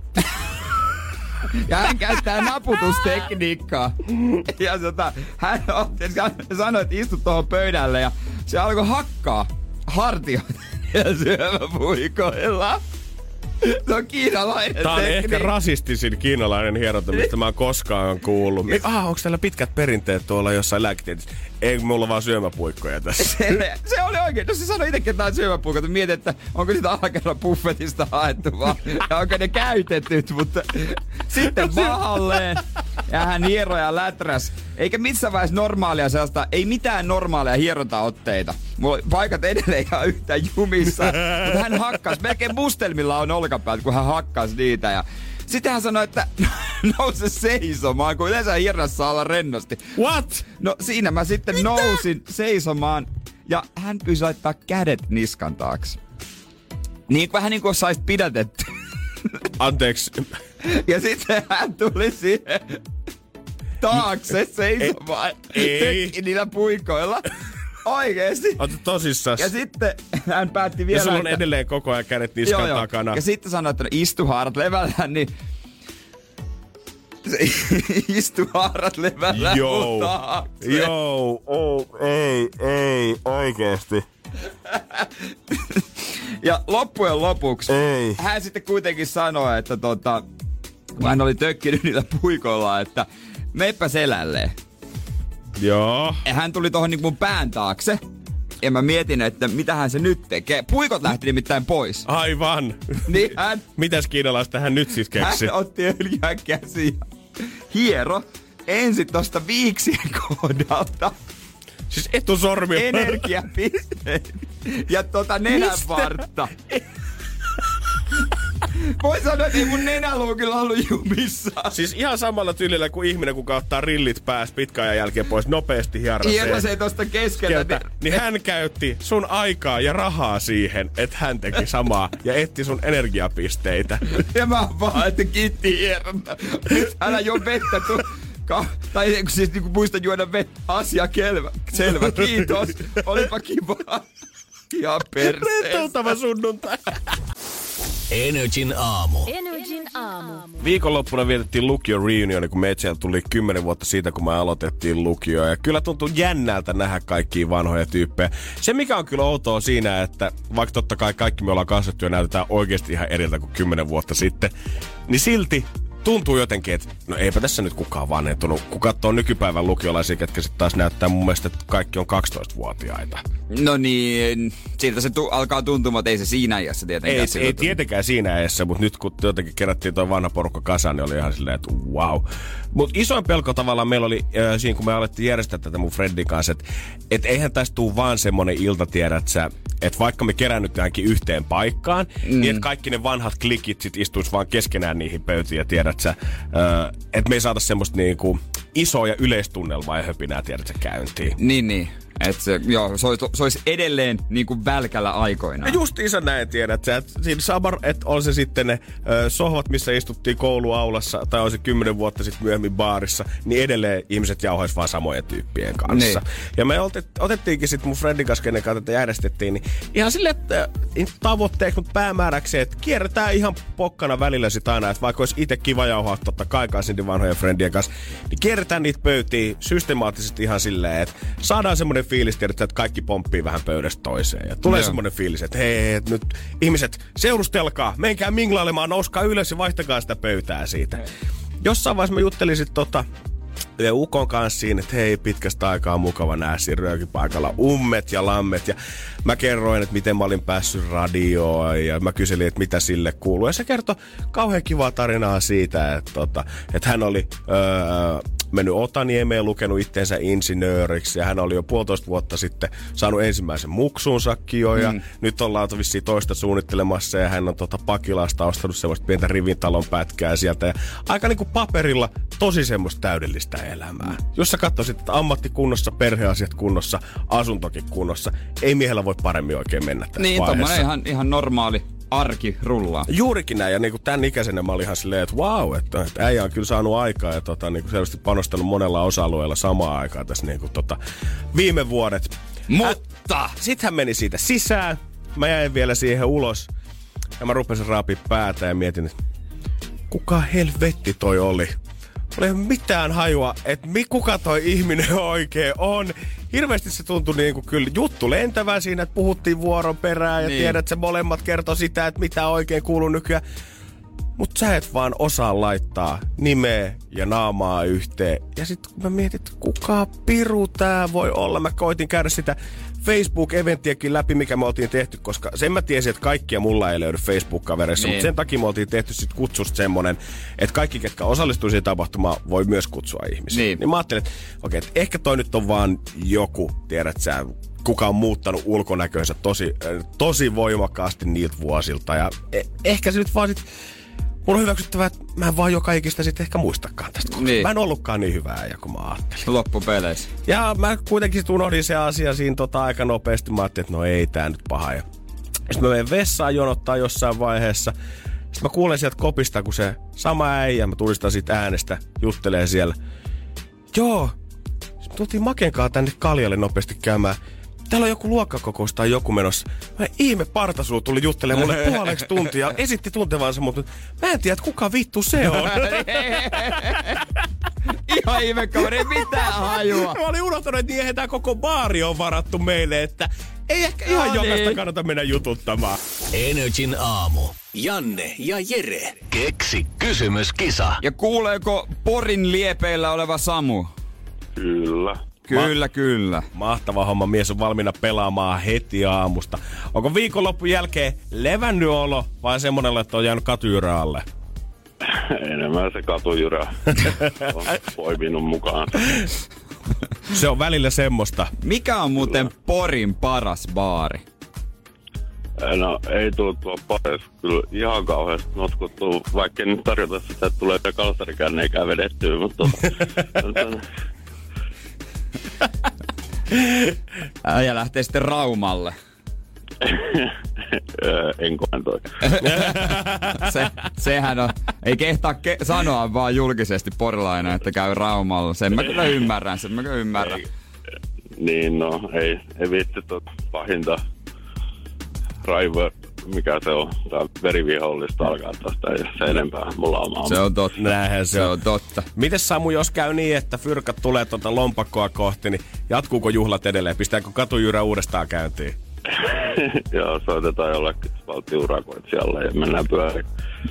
Ja hän käyttää naputustekniikkaa. Ja hän sanoi, että istu tuohon pöydälle ja se alkoi hakkaa hartioita ja syömäpuikoilla. Se on kiinalainen Tää on ehkä rasistisin kiinalainen hieronta, mistä mä oon koskaan kuullut. Onko täällä pitkät perinteet tuolla jossain lääketieteessä? Ei, mulla on vaan syömäpuikkoja tässä. Se oli oikein. No se sanoi itsekin, että tää on syömäpuikko. Mietin, että onko sitä alakerran buffetista haettu vaan. Ja onko ne käytetyt, mutta sitten mahalleen. Ja hän hieroi ja läträs. Eikä missään vaiheessa normaalia sellaista, ei mitään normaalia hierontaotteita. Mulla paikat edelleen ihan yhtä jumissa. Mutta hän hakkas, melkein mustelmilla on olkapäät, kun hän hakkas niitä. Ja sitten hän sanoi, että nouse seisomaan, kun yleensä hieronnassa saa olla rennosti. What? No siinä mä sitten nousin seisomaan ja hän pyysi laittaa kädet niskan taakse. Niin vähän niin kuin saisit pidätetty. Anteeksi. Ja sitten hän tuli siihen taakse seisomaan. Ei. Niillä puikoilla. Oikeesti. Oota tosissas. Ja sitten hän päätti vielä... Ja sulla on edelleen koko ajan kädet niskan takana. Ja sitten sanoi, että no, istu haarat levällään, niin... Istu haarat levällään. Ei, oikeesti. Ja loppujen lopuksi hän sitten kuitenkin sanoi, että kun hän oli tökkinyt niillä puikoilla, että meppä selälleen. Joo. Ja hän tuli tohon niin mun pään taakse. Ja mä mietin, että mitähän se nyt tekee. Puikot lähti nimittäin pois. Aivan. Niin hän... Mitäs kiinalaista hän nyt siis keksi? Hän otti öljyä käsiin ja hiero ensin tosta viiksien kohdalta. Siis etusormi. Energiapisteet. Ja nenänvartta. Voi sanoa, että ei mun nenäluu kyllä ollut jumissa. Siis ihan samalla tyylillä kuin ihminen, kuka ottaa rillit päässä pitkän ajan jälkeen pois nopeasti hieraseen. Hierasee tosta keskeltä. Niin hän käytti sun aikaa ja rahaa siihen, että hän teki samaa ja etti sun energiapisteitä. Ja mä vaan, että kiitti hieronta. Nyt älä jo vettä tai siis niinku muista juoda vettä. Asia selvä. Kiitos. Olipa kivaa. Ja perseestä. Rentoutava sunnuntai. Energin aamu. Viikonloppuna vietettiin lukio reunioni, kun meitä tuli 10 vuotta siitä, kun me aloitettiin lukioa. Ja kyllä tuntuu jännältä nähdä kaikkia vanhoja tyyppejä. Se, mikä on kyllä outoa siinä, että vaikka totta kai kaikki me ollaan kasvattu ja näytetään oikeasti ihan eriltä kuin 10 vuotta sitten, niin silti tuntuu jotenkin, että no eipä tässä nyt kukaan vanhentunut. Kun katsoo nykypäivän lukiolaisia, ketkä sitten taas näyttää mun mielestä, että kaikki on 12-vuotiaita. No niin, siltä se alkaa tuntumaan, että ei se siinä iässä tietenkään. Ei tietenkään siinä iässä, mutta nyt kun jotenkin kerättiin toi vanha porukka kasaan, niin oli ihan silleen, että wow. Mutta isoin pelko tavallaan meillä oli siinä, kun me alettiin järjestää tätä mun Freddin kanssa, että eihän tästä tule vaan semmonen ilta, tiedät sä, että vaikka me kerännyt johonkin yhteen paikkaan, niin että kaikki ne vanhat klikit sit istuis vaan keskenään niihin pöytiin ja tiedät sä, että me ei saada semmoista niinku isoa ja yleistunnelmaa ja höpinää, tiedät sä, käyntiin. Niin. Että se olisi edelleen niin kuin välkällä aikoinaan. Ja justiinsa näin tiedät sä, että siinä että on se sitten ne sohvat, missä istuttiin kouluaulassa, tai on se 10 vuotta sitten myöhemmin baarissa, niin edelleen ihmiset jauhois vaan samojen tyyppien kanssa. Niin. Ja me otettiinkin sitten mun friendin kanssa, kenen kanssa tätä järjestettiin, niin ihan silleen, että tavoitteeksi, mutta päämääräksi, että kierretään ihan pokkana välillä sit aina, että vaikka olisi itse kiva jauhaa totta kai kanssa vanhojen friendien kanssa, niin kierretään niitä pöytiä systemaattisesti ihan silleen, että saadaan semmoinen fiilis, että kaikki pomppii vähän pöydästä toiseen. Ja tulee semmoinen fiilis, että hei, nyt ihmiset seurustelkaa, menkää minglailemaan, nouskaa ylös ja vaihtakaa sitä pöytää siitä. Jossain vaiheessa mä juttelin sit ukon kanssa siinä, että hei, pitkästä aikaa on mukava nähdä siinä röökipaikalla ummet ja lammet. Ja mä kerroin, että miten mä olin päässyt radioon ja mä kyselin, että mitä sille kuuluu. Ja se kertoi kauhean kivaa tarinaa siitä, että hän oli mennyt Otaniemeen, lukenut itteensä insinööriksi ja hän oli jo 1,5 vuotta sitten saanut ensimmäisen muksunsakin jo ja nyt ollaan vissiin toista suunnittelemassa ja hän on Pakilasta ostanut semmoista pientä rivintalon pätkää sieltä ja aika niinku paperilla tosi semmoista täydellistä elämää. Jos sä katsoisit, että ammatti kunnossa, perheasiat kunnossa, asuntokin kunnossa, ei miehellä voi paremmin oikein mennä tässä vaiheessa. Niin, tommonen ihan normaali arki rullaa. Juurikin näin, ja niinku tämän ikäisenä mä olin ihan silleen, että vau, että äijä on kyllä saanut aikaa ja niinku selvästi panostanut monella osa-alueella samaan aikaan tässä niinku viime vuodet. Mutta! Sitten hän meni siitä sisään, mä jäin vielä siihen ulos ja mä rupesin raapia päätä ja mietin, että kuka helvetti toi oli? Ei mitään hajua, että kuka toi ihminen oikein on. Hirveästi se tuntui niinku kyllä juttu lentävää siinä, että puhuttiin vuoron perään ja tiedät, että se molemmat kertoi sitä, että mitä oikein kuuluu nykyään. Mut sä et vaan osaa laittaa nimeä ja naamaa yhteen. Ja sit kun mä mietin, että kuka piru tää voi olla, mä koitin käydä sitä Facebook-eventtiäkin läpi, mikä me oltiin tehty, koska sen mä tiesin, että kaikkia mulla ei löydy Facebook-kavereissa, mutta sen takia me oltiin tehty sit kutsusta semmonen, että kaikki, ketkä osallistuu siihen tapahtumaan, voi myös kutsua ihmisiä. Niin mä ajattelin, että okei, että ehkä toi nyt on vaan joku, tiedät sä, kuka on muuttanut ulkonäkönsä tosi voimakkaasti niiltä vuosilta, ja ehkä se nyt vaan sit mun on hyväksyttävää, että mä en vaan joka ikistä sitten ehkä muistakaan tästä. Niin. Mä en ollutkaan niin hyvää ja kun mä ajattelin. Loppupeleissä. Ja mä kuitenkin sit unohdin se asia siinä aika nopeasti. Mä ajattelin, että no ei tää nyt paha. Ja sitten mä menen vessaan jonottaa jossain vaiheessa. Sitten mä kuulen sieltä kopista, kun se sama äijä, mä tunnistan siitä äänestä, juttelee siellä. Joo, sitten tultiin Makenkaan tänne Kaljalle nopeasti käymään. Täällä on joku luokkakokous tai joku menossa. Ihme partasulu tuli juttelemaan mulle 0,5 tuntia. Esitti tuntevansa, mutta mä en tiedä, kuka vittu se on. Ihan ihme kaveri, mitään hajua. Mä olin unohtanut, että eihän tää koko baari on varattu meille, että ei ehkä ihan jokaista kannata mennä jututtamaan. Energin aamu. Janne ja Jere. Keksi kysymyskisa. Ja kuuleeko Porin liepeillä oleva Samu? Kyllä. Kyllä. Mahtava homma, mies on valmiina pelaamaan heti aamusta. Onko viikonloppun jälkeen levännyt olo vai semmoinen, että on jäänyt katujyrä alle? Enemmän se katujyrä on poiminut mukaan. Se on välillä semmoista. Mikä on muuten Porin paras baari? No ei tullut tuo paras kyllä ihan kauheasti notkuttuu, vaikka nyt tarjota sitä, että tulee kalsarikäänneikään vedettyä, mutta ja lähtee sitten Raumalle. En kommentoi. Sehän on, ei kehtaa sanoa vaan julkisesti porilainen, että käy Raumalla. Sen mä kyllä ymmärrän. Niin no, ei viitti pahinta River, mikä se on, tää verivihollista alkaa tästä, ei se enempää mulla omaa. Se on totta. Näinhän se on totta. Mites Samu, jos käy niin, että fyrkat tulee lompakkoa kohti, niin jatkuuko juhlat edelleen? Pistääkö katujyrä uudestaan käyntiin? Joo, soitetaan jollekin valtiurakoitsijalle ja mennään pyöriin.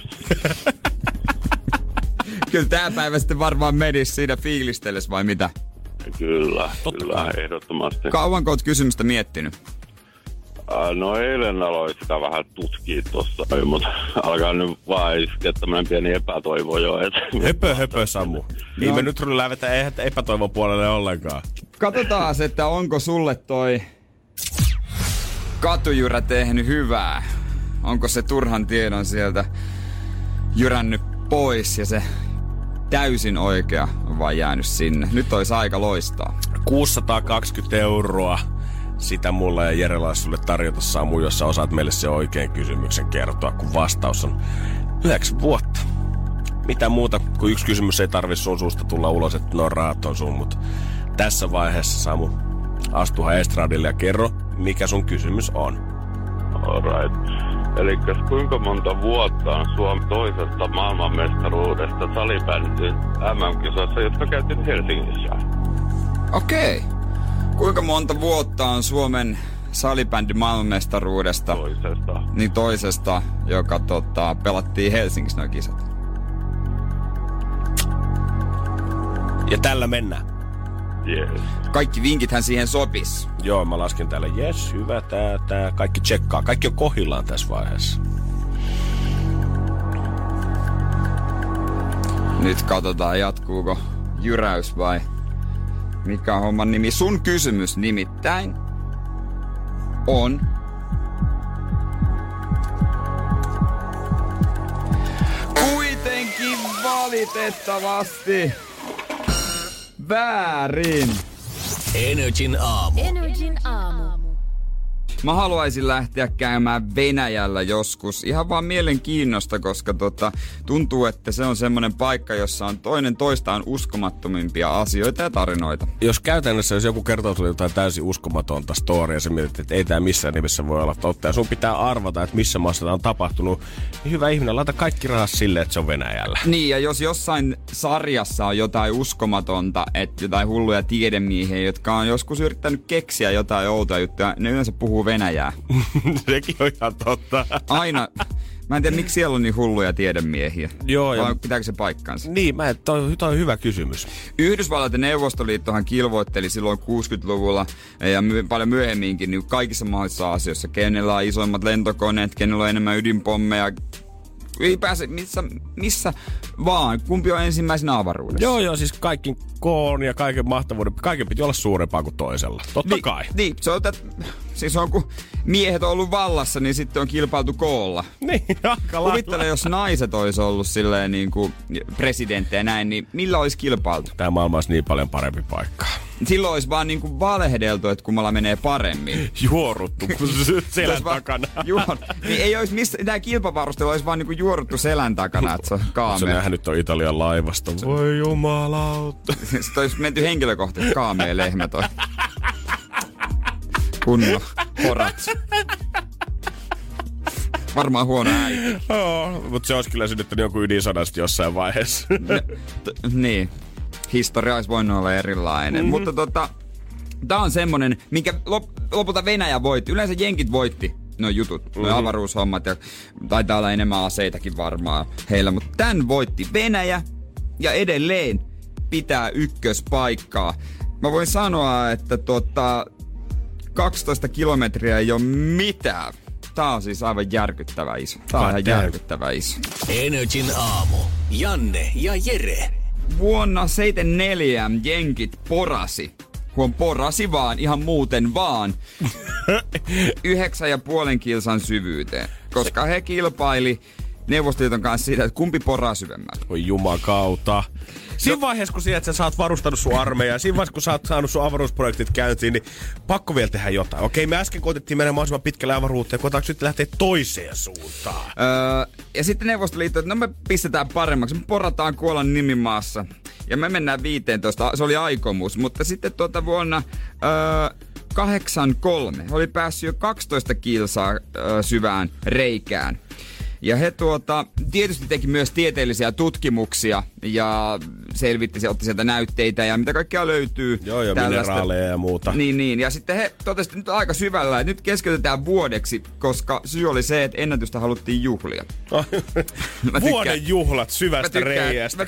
Kyllä tää päivä sitten varmaan menisi siinä fiilisteles vai mitä? Kyllä, ehdottomasti. Kauanko oot kysymystä miettinyt? No eilen aloin sitä vähän tutkia tossa, mutta alkaa nyt vaan iskeä tämmönen pieni epätoivo jo. Höpö Samu. Niin me nyt lähdetään epätoivon puolelle ollenkaan. Katsotaan, että onko sulle toi katujyrä tehnyt hyvää. Onko se turhan tiedon sieltä jyrännyt pois ja se täysin oikea on vaan jäänyt sinne. Nyt olisi aika loistaa. 620 €. Sitä mulla ja Jerellä olisi sulle tarjota Samu, jossa osaat meille se oikein kysymyksen kertoa, kun vastaus on 9 vuotta. Mitä muuta kuin yksi kysymys ei tarvitse sun suusta tulla ulos, että no rahat on sun, mutta tässä vaiheessa Samu, astuhan estradille ja kerro, mikä sun kysymys on. Alright. Elikkäs kuinka monta vuotta on Suomi toisesta maailmanmestaruudesta salibändin MM-kisoissa, jotka käytiin Helsingissä? Okei. Kuinka monta vuotta on Suomen salibändin maailmanmestaruudesta? Toisesta. Niin toisesta, joka pelattiin Helsingissä nuo kisat. Ja tällä mennään. Yes. Kaikki vinkithän siihen sopis. Joo, mä lasken täällä, jes, hyvä, tää. Kaikki tsekkaa. Kaikki on kohillaan tässä vaiheessa. Nyt katsotaan, jatkuuko jyräys vai mikä on homman nimi. Sun kysymys nimittäin on... Kuitenkin valitettavasti väärin. Energin aamu. Mä haluaisin lähteä käymään Venäjällä joskus ihan vaan mielenkiinnosta, koska tuntuu, että se on semmonen paikka, jossa on toinen toistaan uskomattomimpia asioita ja tarinoita. Jos käytännössä, jos joku kertoo sulle jotain täysin uskomatonta storia ja sä mietit, että ei tää missään nimessä voi olla totta ja sun pitää arvata, että missä maassa tää on tapahtunut, niin hyvä ihminen, laita kaikki rahas silleen, että se on Venäjällä. Niin, ja jos jossain sarjassa on jotain uskomatonta, että jotain hulluja tiedemiehiä, jotka on joskus yrittänyt keksiä jotain outoa juttuja, ne yleensä puhuu Venäjää. Sekin on ihan totta. Aina. Mä en tiedä, miksi siellä on niin hulluja tiedemiehiä. Joo. Vai pitääkö se paikkansa? Niin, toi on hyvä kysymys. Yhdysvallat ja Neuvostoliittohan kilvoitteli silloin 60-luvulla ja paljon myöhemminkin niin kaikissa mahdollisissa asioissa. Kenellä on isoimmat lentokoneet, kenellä on enemmän ydinpommeja. Ei pääse missä vaan. Kumpi on ensimmäisenä avaruudessa? Joo, siis kaikki koon ja kaiken mahtavuuden, kaiken piti olla suurempaa kuin toisella. Totta kai. Niin, siis on kun miehet on ollut vallassa, niin sitten on kilpailtu koolla. Niin, aika lailla. Kuvittele, jos naiset olisi ollut silleen niin kuin presidenttejä näin, niin millä olisi kilpailtu? Tämä maailma olisi niin paljon parempi paikka. Silloin olisi vaan niin kuin valehdeltu, että kummalla menee paremmin. Juoruttu selän takana. Niin ei olisi tämä kilpavarustelu olisi vaan niin kuin juoruttu selän takana, että se on kaamea. Se nähnyt on Italian laivasta. Voi jumalauta. Sitten olisi menty henkilökohtaisesti kaamea lehmä toi. Kunno horat. Varmaan huono äiti. Mutta se olisi kyllä synnyttänyt joku ydinsadasta jossain vaiheessa. Niin. Historia olisi voinut olla erilainen. Mutta tää on semmonen, minkä lopulta Venäjä voitti. Yleensä jenkit voitti no jutut, no avaruushommat ja taitaa olla enemmän aseitakin varmaan heillä. Mutta tän voitti Venäjä ja edelleen pitää ykköspaikkaa. Mä voin sanoa, että 12 kilometriä ei ole mitään. Tää on siis aivan järkyttävä iso. Tää on ihan järkyttävä iso. Energin aamu. Janne ja Jere. Vuonna 1974 jenkit porasi vaan, ihan muuten vaan, 9,5 kilsan syvyyteen. Koska he kilpaili Neuvostoliiton kanssa siitä, että kumpi poraa syvemmällä. Oi jumakauta. Siinä vaiheessa, kun sä oot varustanut sun armeijaa, siinä vaiheessa, kun sä oot saanut sun avaruusprojektit käyntiin, niin pakko vielä tehdä jotain. Okei, me äsken koitettiin mennä mahdollisimman pitkälle avaruuteen, koetaanko nyt lähteä toiseen suuntaan? Ja sitten Neuvostoliitto, että no me pistetään paremmaksi, me porataan Kuolan nimimaassa. Ja me mennään 15, se oli aikomus, mutta sitten vuonna 83 oli päässyt jo 12 kilsaa syvään reikään. Ja he tietysti teki myös tieteellisiä tutkimuksia ja otti sieltä näytteitä ja mitä kaikkea löytyy. Joo, mineraaleja ja muuta. Niin. Ja sitten he totesivat, että nyt aika syvällä, että nyt keskeytetään vuodeksi, koska syy oli se, että ennätystä haluttiin juhlia. Vuoden juhlat syvästä reiästä.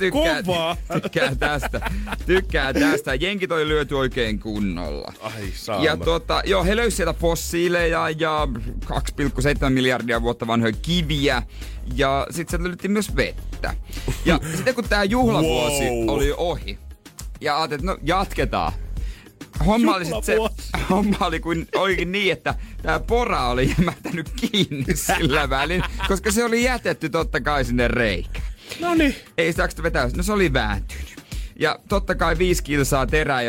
Tykkään tästä. Jenkit oli lyöty oikein kunnolla. Ai saama. Ja he löysivät sieltä fossiileja ja 2,7 miljardia vuotta vanhoja kiviä. Ja sitten sieltä löydettiin myös vettä. Ja sitten kun tää juhlavuosi oli ohi, ja ajattelin, että no jatketaan. Homma olikin niin, että tää pora oli jämähtänyt kiinni sillä välin, koska se oli jätetty totta kai sinne reikään. Noniin. Ei sitä vetää, no se oli vääntynyt. Ja totta kai 5 kilsaa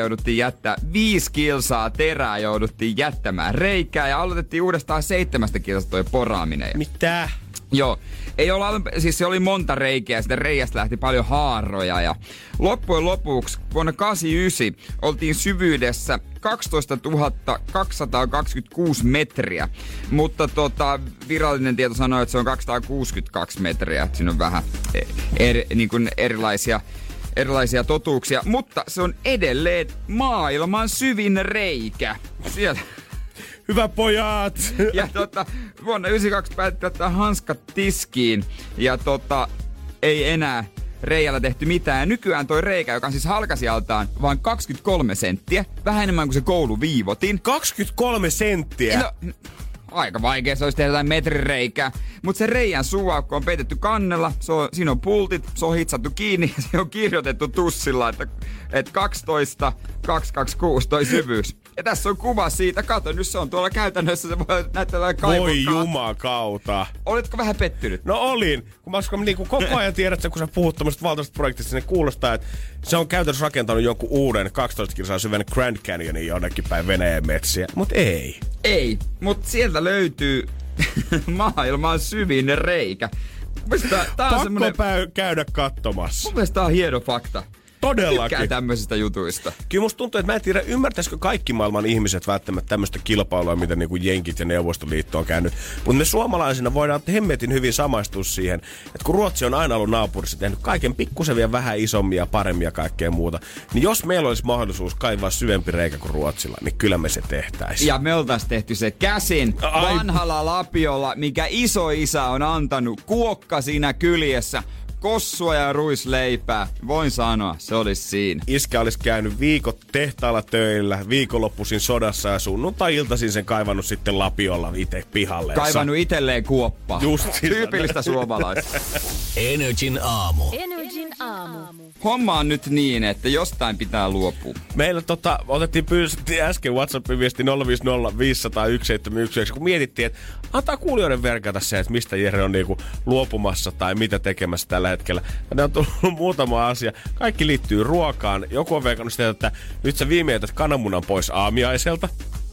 terää jouduttiin jättämään reikää ja aloitettiin uudestaan 7 kilsasta toi poraaminen. Mitä? Joo, siis se oli monta reikää ja sitten reiästä lähti paljon haaroja ja loppujen lopuksi vuonna 1989 oltiin syvyydessä 12 226 metriä, mutta virallinen tieto sanoo, että se on 262 metriä, siinä on vähän niin kuin erilaisia totuuksia, mutta se on edelleen maailman syvin reikä. Siellä. Hyvä pojat! Ja vuonna 1992 päätettiin ottaa hanskat tiskiin ja ei enää reijällä tehty mitään. Ja nykyään toi reikä, joka on siis halkasijaltaan vain 23 senttiä, vähän enemmän kuin se kouluviivotin. 23 senttiä? No, aika vaikea se olisi tehdä jotain metrin reikää. Mutta se reijän suuaukko on peitetty kannella, siinä on pultit, se on hitsattu kiinni ja se on kirjoitettu tussilla, että 12 226 toi syvyys. Ja tässä on kuva siitä. Kato, nyt se on tuolla käytännössä. Se voi näyttää kaivon. Voi jumakauta. Olitko vähän pettynyt? No olin. Kun mä niin koko ajan tiedät, kun sä puhut tämmöistä valtaisesta projektista, niin kuulostaa, että se on käytännössä rakentanut jonkun uuden 12 kilsaa syvän Grand Canyonin jonnekin päin Venäjän metsiä. Mut ei. Ei, mut sieltä löytyy maailman syvin reikä. Pakko käydä katsomassa. Mun mielestä tää on hieno fakta. Todellakin. Tykkään tämmöisistä jutuista. Kyllä musta tuntuu, että mä en tiedä, ymmärtäisikö kaikki maailman ihmiset välttämättä tämmöistä kilpailua, mitä niinku Jenkit ja Neuvostoliitto on käynyt. Mutta me suomalaisina voidaan hemmetin hyvin samaistua siihen, että kun Ruotsi on aina ollut naapurissa tehnyt kaiken pikkusen vielä vähän isommia, paremmia ja kaikkea muuta, niin jos meillä olisi mahdollisuus kaivaa syvempi reikä kuin Ruotsilla, niin kyllä me se tehtäisiin. Ja me oltais tehty se käsin vanhalla lapiolla, mikä isoisä on antanut kuokka siinä kyljessä. Kossua ja ruisleipää. Voin sanoa, se olisi siinä. Iskä olisi käynyt viikot tehtaalla töillä, viikonloppuisin sodassa ja sunnuntai-iltaisin sen kaivannut sitten lapiolla itse pihalle. Kaivannut itselleen kuoppaa. Just tyypillistä suomalaista. Energin aamu. Homma on nyt niin, että jostain pitää luopua. Meillä pyydettiin äsken WhatsAppin viesti 050 500 1719, kun mietittiin, että antaa kuulijoiden verkata se, että mistä Jere on niinku luopumassa tai mitä tekemässä tällä hetkellä. Tänne on tullut muutama asia. Kaikki liittyy ruokaan. Joku on veikannut sitä, että nyt sä viimeetät kananmunan pois aamiaiselta.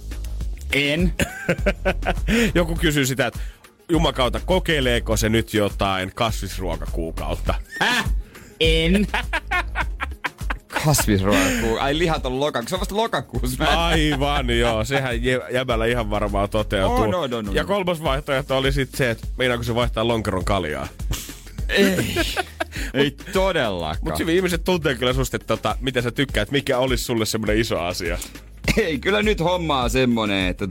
En. Joku kysyy sitä, että jumakauta, kokeileeko se nyt jotain kasvisruokakuukautta? En. Kasvisruokakuukautta. Ai lihat on lokakuussa. Se on vasta lokakuussa. Aivan, joo. Sehän jäbällä ihan varmaan toteutuu. No. Ja kolmas vaihtoehto oli sitten se, että meinaako se vaihtaa lonkeron kaljaa. Ei todellakaan. Mutta ihmiset tuntee kyllä susta, että mitä sä tykkäät, mikä olisi sulle semmoinen iso asia. Ei, kyllä nyt homma on semmonen, että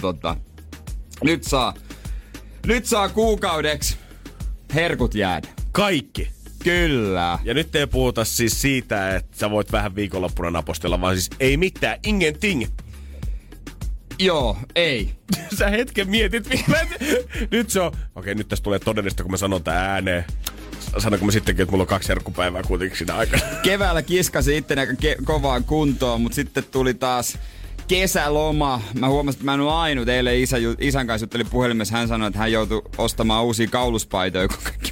nyt saa kuukaudeksi herkut jäädä. Kaikki. Kyllä. Ja nyt ei puhuta siis siitä, että sä voit vähän viikonloppuna napostella, vaan siis ei mitään, ingenting. Joo, ei. Sä hetken mietit vielä. Nyt se on, okei, nyt tästä tulee todellista, kun mä sanon tää ääneen. Sanonko mä sittenkin, että mulla on 2 herkkupäivää kuitenkin siinä aikana. Keväällä kiskasin itteni aika kovaan kuntoon, mutta sitten tuli taas kesäloma. Mä huomasin, että mä en ole ainut. Eilen isän kanssa jutteli puhelimessa. Hän sanoi, että hän joutui ostamaan uusia kauluspaitoja.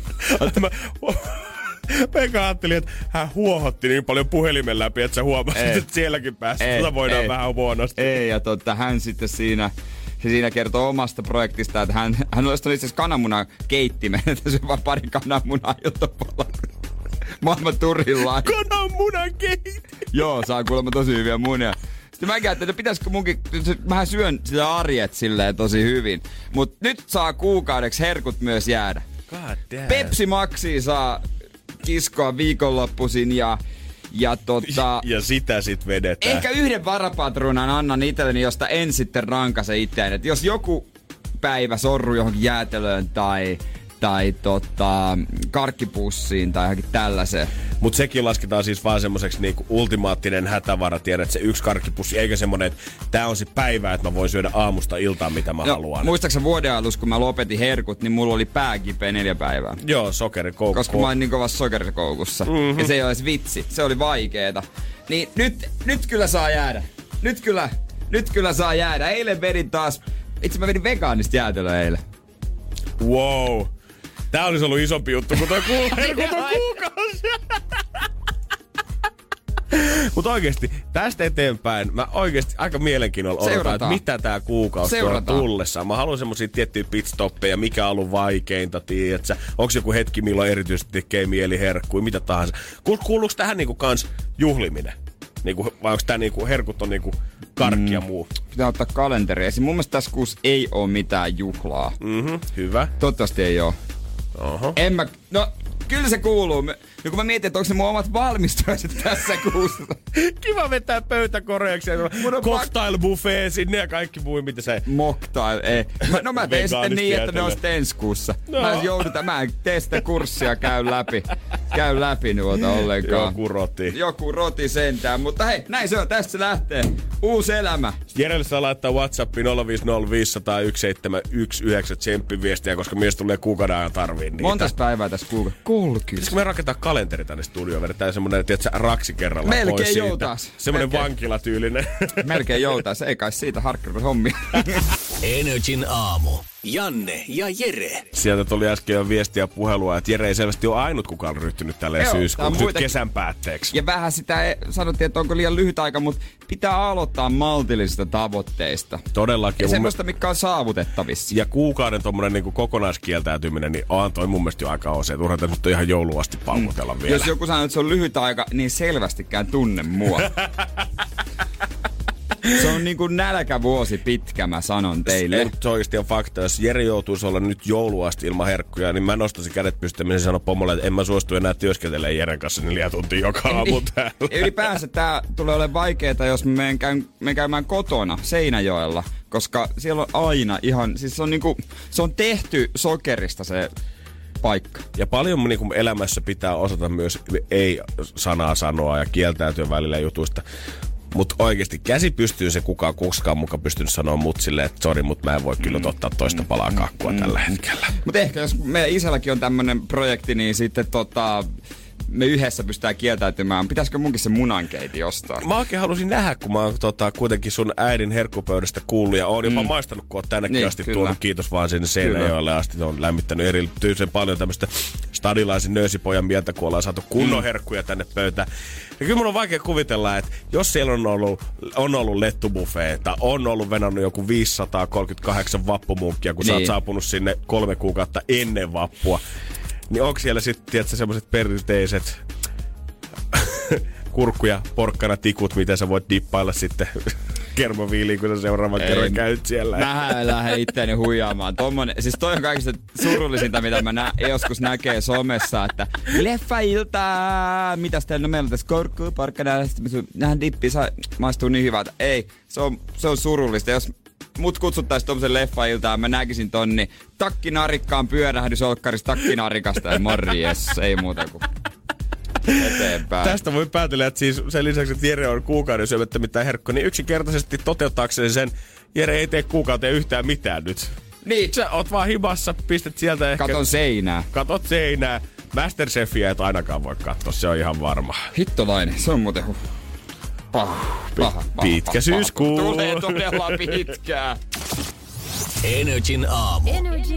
Mä ajattelin, että hän huohotti niin paljon puhelimen läpi, että sä huomasit, että sielläkin päässä voidaan vähän huonosti. Ei, ja hän sitten siinä kertoo omasta projektista, että hän on ostanut itse asiassa kananmunan keittimen, että se on vaan pari kananmunaa iltapuolella. Maailman turhillaan. Kananmunan keittimen! Joo, saa kuulemma tosi hyviä munia. Sitten mä ajattelin, että pitäisikö munkin, mähän syön sitä arjet silleen tosi hyvin. Mut nyt saa kuukaudeksi herkut myös jäädä. Pepsi Maxi saa kiskoa viikonloppuisin ja sitä sit vedetään. Ehkä yhden varapatruunan annan itselleni, josta en sitten rankase itseään. Et jos joku päivä sorruu johonkin jäätelöön tai karkkipussiin tai johonkin tällaiseen. Mut sekin lasketaan siis vaan semmoseksi niinku ultimaattinen hätävara, tiedät, se yksi karkkipussi, eikä semmonen, että tää on se päivä, että mä voin syödä aamusta iltaan, mitä mä haluan. Muistaaksä vuoden alussa, kun mä lopetin herkut, niin mulla oli pää kipeä 4 päivää. Joo, sokerikoukku. Koska mä olin niin kovassa sokerikoukussa. Mm-hmm. Ja se ei olisi vitsi, se oli vaikeeta. Niin nyt kyllä saa jäädä. Nyt kyllä saa jäädä. Eilen vedin taas, itse mä vedin vegaanista jäätelöä eilen. Wow. Tää olisi ollut isompi juttu kuin toi kuukausi. Mutta oikeesti, tästä eteenpäin mä oikeesti aika mielenkiinnolla odotan, että mitä tää kuukausi on tullessaan. Mä haluan semmosia tiettyjä pitstoppeja, mikä on ollut vaikeinta, tiiätsä. Onks joku hetki, milloin erityisesti tekee mieli herkkui, mitä tahansa. Kuuluuko tähän niinku kans juhliminen? Niinku, vai onko tää niinku, herkut on niinku karkki ja muu? Pitää ottaa kalenteria. Mun mielestä tässä kuussa ei oo mitään juhlaa. Hyvä. Toivottavasti ei oo. Oho. No, kyllä se kuuluu. Ja kun mä mietin, että onko se mun omat valmistujaiset tässä kuussa. Kiva vetää pöytäkoreaksi ja cocktail buffet sinne ja kaikki muu, mitä se... Mocktail, ei. Mä teen sitten niin, että ne on sitten ensi kuussa. No. Mä en tee sitä kurssia, käy läpi nuota ollenkaan. Joku roti sentään. Mutta hei, näin se on. Tästä se lähtee. Uusi elämä. Jerelle saa laittaa WhatsAppiin 050501719 tsemppiviestiä, koska mies tulee kuukauden ajan tarviin niitä. Montas päivää tässä kuukauden? 30. Pitäisikö me rakentaa kalenteri tänne studioon? Vedetään semmonen, tiedätkö, raksi kerrallaan melkein pois siitä. Joutas. Semmonen vankilatyylinen. Melkein joutais. Ei kai siitä harkkarun hommia. NRJ:n aamu. Janne ja Jere. Sieltä tuli äsken jo viestiä ja puhelua, että Jere ei selvästi ole ainut, kuka on ryhtynyt tälleen syyskuun nyt kesän päätteeksi. Ja vähän sitä sanottiin, että onko liian lyhyt aika, mutta pitää aloittaa maltillisista tavoitteista. Todellakin. Ja semmoista, mikä on saavutettavissa. Ja kuukauden tommonen niin kokonaiskieltäytyminen, niin on toi mun mielestä jo aika osea. Turha nyt on ihan jouluasti paukutella vielä. Jos joku sanoo, että se on lyhyt aika, niin selvästikään tunne mua. Se on niinku nälkävuosi pitkä, mä sanon teille. Nyt oikeasti on fakta, jos Jere joutuisi olla nyt jouluasti ilman herkkuja, niin mä nostaisin kädet pystyyn ja sanon pomolle, että en mä suostu enää työskentelemään Jeren kanssa 4 tuntia joka aamu täällä. Ylipäänsä tää tulee olemaan vaikeeta, jos me käymään kotona Seinäjoella, koska siellä on aina ihan, siis se on tehty sokerista se paikka. Ja paljon niin elämässä pitää osata myös ei-sanaa sanoa ja kieltäytyä välillä jutuista. Mutta oikeesti käsi pystyy se kukaan koskaan mukaan pystynyt sanoa mut silleen, että sori, mutta mä en voi kyllä ottaa toista palaa kakkua tällä hetkellä. Mutta ehkä jos meidän isälläkin on tämmönen projekti, niin sitten me yhdessä pystytään kieltäytymään. Pitäisikö munkin se munankeiti ostaa? Mä oikein halusin nähdä, kun mä oon kuitenkin sun äidin herkkupöydästä kuullut ja oon jopa maistanut, kun oot tännekin niin, asti tuonut. Kiitos vaan sinne Seinäjoelle asti. On lämmittänyt erityisen paljon tämmöistä stadilaisen nöösipojan mieltä, kun ollaan saatu kunnon herkkuja tänne pöytään. Ja kyllä mun on vaikea kuvitella, että jos siellä on ollut lettubuffeeta, on ollut venannut joku 538 vappumunkkia, kun sä oot saapunut sinne 3 kuukautta ennen vappua, niin onko siellä sitten, tiedätkö, semmoiset perinteiset kurkku- ja porkkanatikut, mitä sä voit dippailla sitten kermoviiliin, kun sä seuraavan kerran käyt siellä. Mä lähden itteeni huijaamaan. Siis toi on kaikista surullisinta, mitä mä joskus näkee somessa, että leffailtaa! Mitäs teillä? No meillä on tässä kurkku, porkkana, nähdään dippi, maistuu niin hyvältä. Ei, se on surullista. Jos mut kutsuttaisiin tommosen leffailtaan, mä näkisin tonni takkinarikkaan pyörähdysolkkarista takkinarikasta ja morjes, ei muuta kuin eteenpäin. Tästä voi päätellä, että siis sen lisäksi, että Jere on kuukauden syömättä mitään herkkoa, niin yksinkertaisesti toteuttaakseen sen, Jere ei tee kuukauteen yhtään mitään nyt. Niin. Sä oot vaan himassa, pistät sieltä ehkä... Katot seinää. Masterchefia et ainakaan voi katsoa, se on ihan varma. Hittolainen, se on muuten paha. Pitkä syyskuu. Tulee todella pitkää. NRJ:n aamu.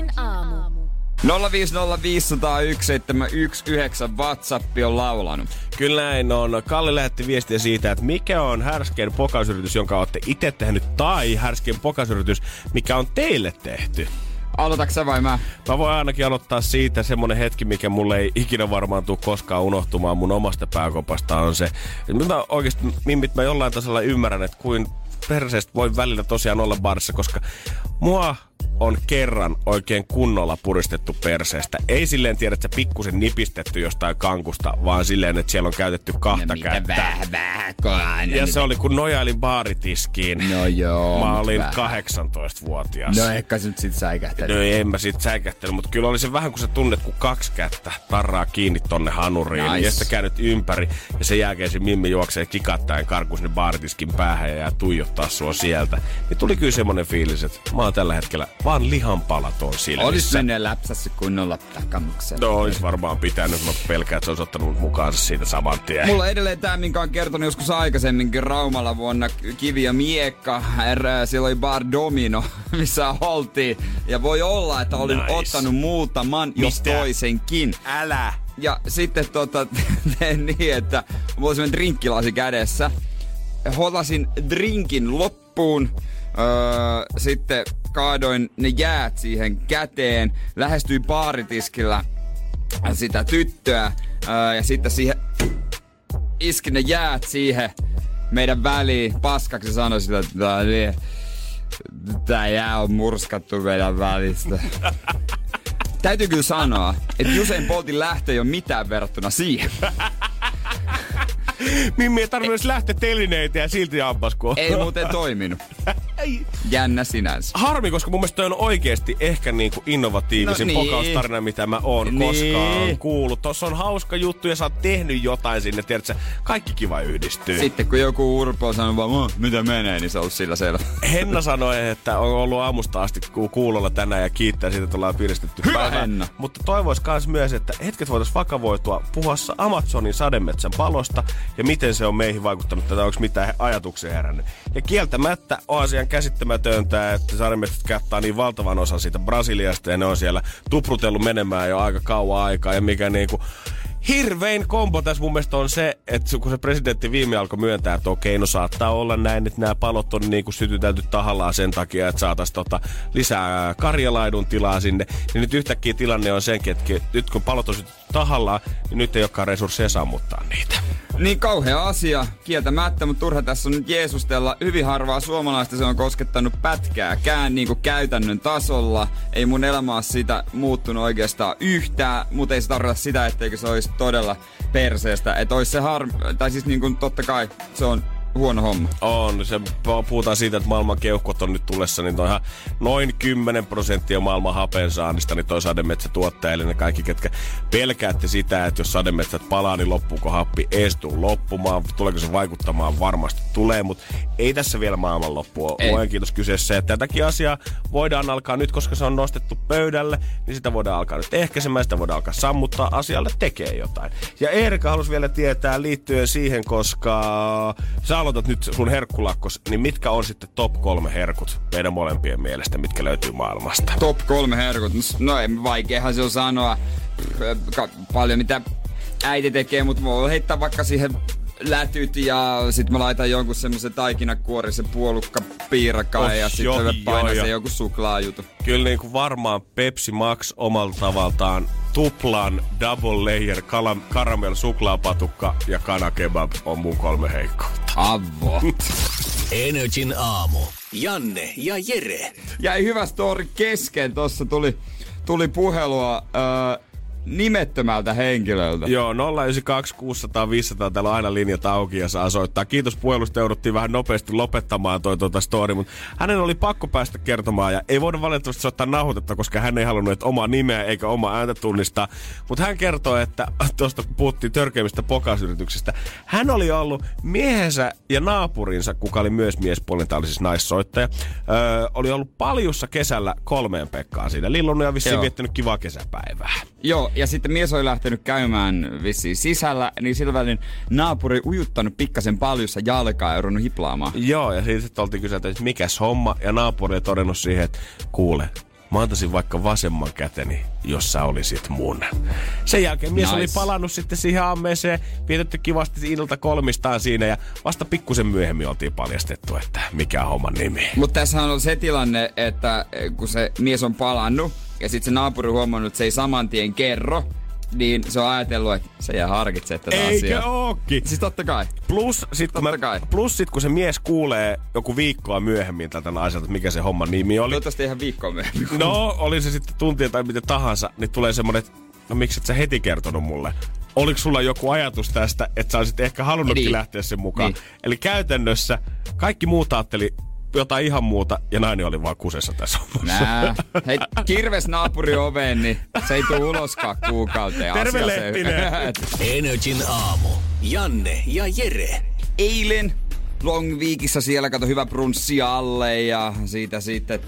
050501719 WhatsApp on laulanut. Kyllä näin on. Kalle lähetti viestiä siitä, että mikä on härskein pokausyritys, jonka olette itse tehnyt, tai härskein pokausyritys, mikä on teille tehty. Aloitatko sä vai mä? Mä voin ainakin aloittaa siitä. Semmonen hetki, mikä mulle ei ikinä varmaan tule koskaan unohtumaan mun omasta pääkopasta, on se. Mä oikeesti, mimmit, mä jollain tasolla ymmärrän, että kuin perseestä voi välillä tosiaan olla barissa, koska mua on kerran oikein kunnolla puristettu perseestä. Ei silleen tiedä, että se pikkusen nipistetty jostain kankusta, vaan silleen, että siellä on käytetty 2 kättä. Ja se oli, kun nojailin baaritiskiin. No joo. Mä olin 18-vuotias. No ehkä sä nyt sit säikähtänyt. No en mä sit säikähtänyt, mutta kyllä oli se vähän, kun sä tunnet, kun 2 kättä tarraa kiinni tonne hanuriin. Nice. Ja sitten käynyt ympäri, ja sen jälkeen se mimmi juoksee kikattaen karkuun sinne baaritiskin päähän ja jää tuijottaa sua sieltä. Niin tuli kyllä semmonen fiilis, että mä oon tällä hetkellä vaan lihanpalat on silmissä. Olis mennyt läpsässä kunnolla takamuksella. No olis varmaan pitänyt, mä pelkään, että se olisi ottanut mukaansa siitä saman tien. Mulla on edelleen tää, minkä on kertonut joskus aikaisemminkin Raumalla vuonna Kivi ja Miekka. Siellä oli Bar Domino, missä oltiin. Ja voi olla, että olin ottanut muutaman, jos toisenkin. Älä! Ja sitten tein niin, että mulla oli semmonen drinkkilasi kädessä. Hotasin drinkin loppuun. Sitten kaadoin ne jäät siihen käteen. Lähestyin baaritiskillä sitä tyttöä. Ja sitten siihen iskin ne jäät siihen meidän väliin. Paskaksi sanoi sitä, että tää jää on murskattu meidän välistä. Täytyy kyllä sanoa, että Usain Boltin lähtö ei ole mitään verrattuna siihen. Mimmi ei tarvinnut lähteä telineitä ja silti ampas, ei muuten toiminut. Jännä sinänsä. Harmi, koska mun mielestä toi on oikeesti ehkä niinku innovatiivisin pokaustarina, mitä mä oon koskaan kuullut. Tossa on hauska juttu ja sä oot tehnyt jotain sinne, tiedätkö, kaikki kiva yhdistyy. Sitten kun joku urpo sanoo vaan, mitä menee, niin se on ollut sillä selvä. Henna sanoi, että on ollut aamusta asti kuulolla tänään ja kiittää siitä, että ollaan piristetty päivää. Henna. Mutta toivois kans myös, että hetket voitais vakavoitua puhuassa Amazonin sademetsän palosta ja miten se on meihin vaikuttanut, tai onko mitään ajatuksia herännyt. Ja kieltämättä on asian käsittämätöntä, että sademetsät kattaa niin valtavan osan siitä Brasiliasta ja ne on siellä tuprutellut menemään jo aika kauan aikaa ja mikä niinku hirvein kombo tässä mun mielestä on se, että kun se presidentti viime alkoi myöntää, että okei, no saattaa olla näin, että nämä palot on niinku sytytelty tahallaan sen takia, että saataisiin lisää karjalaidun tilaa sinne, niin nyt yhtäkkiä tilanne on senkin, että nyt kun palot on sytytetty tahallaan, niin nyt ei olekaan resursseja sammuttaa niitä. Niin kauhea asia, kieltämättä, mutta turha tässä on nyt jeesustella. Hyvin harvaa suomalaista se on koskettanut pätkääkään niin kuin käytännön tasolla. Ei mun elämä ole sitä muuttunut oikeastaan yhtään, mutta ei se tarkoita sitä, etteikö se olisi todella perseestä. Että olisi se tai siis niin kuin totta kai se on huono homma. On. Se puhutaan siitä, että maailman keuhkot on nyt tulessa, niin ihan noin 10% maailman hapensaannista, niin toi sademetsätuottajille ne kaikki, ketkä pelkäätte sitä, että jos sademetsät palaa, niin loppuuko happi, ei se tule loppumaan, tuleeko se vaikuttamaan, varmasti tulee, mutta ei tässä vielä maailman loppua. Luen kiitos kyseessä, että tätäkin asiaa voidaan alkaa nyt, koska se on nostettu pöydälle, niin sitä voidaan alkaa nyt ehkäisemään, sitä voidaan alkaa sammuttaa, asialle tekee jotain. Ja Eerika halusi vielä tietää liittyen siihen, koska sä aloitat nyt sun herkkulakkos, niin mitkä on sitten top 3 herkut meidän molempien mielestä, mitkä löytyy maailmasta? Top 3 herkut? No vaikeahan se on sanoa paljon mitä äiti tekee, mutta voi heittää vaikka siihen lätyt ja sit mä laitan jonkun semmosen taikinakuorisen puolukkapiirakaan ja sitten mä painan sen joku suklaajutu. Kyllä niinku varmaan Pepsi Max omalla tavaltaan tuplan double layer karamell suklaapatukka ja kanakebab on mun 3 heikkoutta. Avot. Energin aamu. Janne ja Jere. Jäi hyvä story kesken. Tossa tuli puhelua nimettömältä henkilöltä. Joo, 092 600 500, täällä on aina linjat auki ja saa soittaa. Kiitos puhelusta, jouduttiin vähän nopeasti lopettamaan toi story, mutta hänen oli pakko päästä kertomaan ja ei voida valitettavasti soittaa nauhoitetta, koska hän ei halunnut, että omaa nimeä eikä omaa ääntä tunnistaa. Mutta hän kertoi, että tuosta puhuttiin törkeimmistä pokausyrityksistä. Hän oli ollut miehensä ja naapurinsa, kuka oli myös miespuolinen, tämä oli siis naissoittaja, oli ollut paljussa kesällä 3 Pekkaan siinä. Lillunut ja vissiin viettänyt kivaa kesäpäivää. Joo, ja sitten mies oli lähtenyt käymään vissiin sisällä, niin sillä välin naapuri ujuttanut pikkasen paljussa jalkaa ja ruvennut hiplaamaan. Joo, ja sitten oltiin kyselty, että mikäs homma, ja naapuri oli todennut siihen, että kuule, mä antaisin vaikka vasemman käteni, jos sä olisit mun. Sen jälkeen mies oli palannut sitten siihen ammeeseen, vietetty kivasti ilta 3 siinä, ja vasta pikkusen myöhemmin oltiin paljastettu, että mikä on homman nimi. Mutta tässähän on se tilanne, että kun se mies on palannut, ja sitten se naapuri huomannut, että se ei saman tien kerro, niin se on ajatellut, että se jää harkitsemaan tätä asiaa. Eikö ookin? Siis totta kai. Plus sit kun se mies kuulee joku viikkoa myöhemmin tältä naiselta, että mikä se homman nimi oli. Toivottavasti ihan viikkoa myöhemmin. No, oli se sitten tuntia tai miten tahansa, niin tulee semmonen, että no miksi et sä heti kertonut mulle? Oliko sulla joku ajatus tästä, että sä olisit ehkä halunnutkin lähteä sen mukaan? Niin. Eli käytännössä kaikki muut ajatteli jotain ihan muuta, ja nainen oli vaan kusessa tässä hommassa. Hei, kirves naapuri oveen, niin se ei tule uloskaan kuukauteen. Terve Lehtinen! Energin aamu. Janne ja Jere. Eilen Long Weekissä siellä kato hyvä brunssi alle ja siitä sitten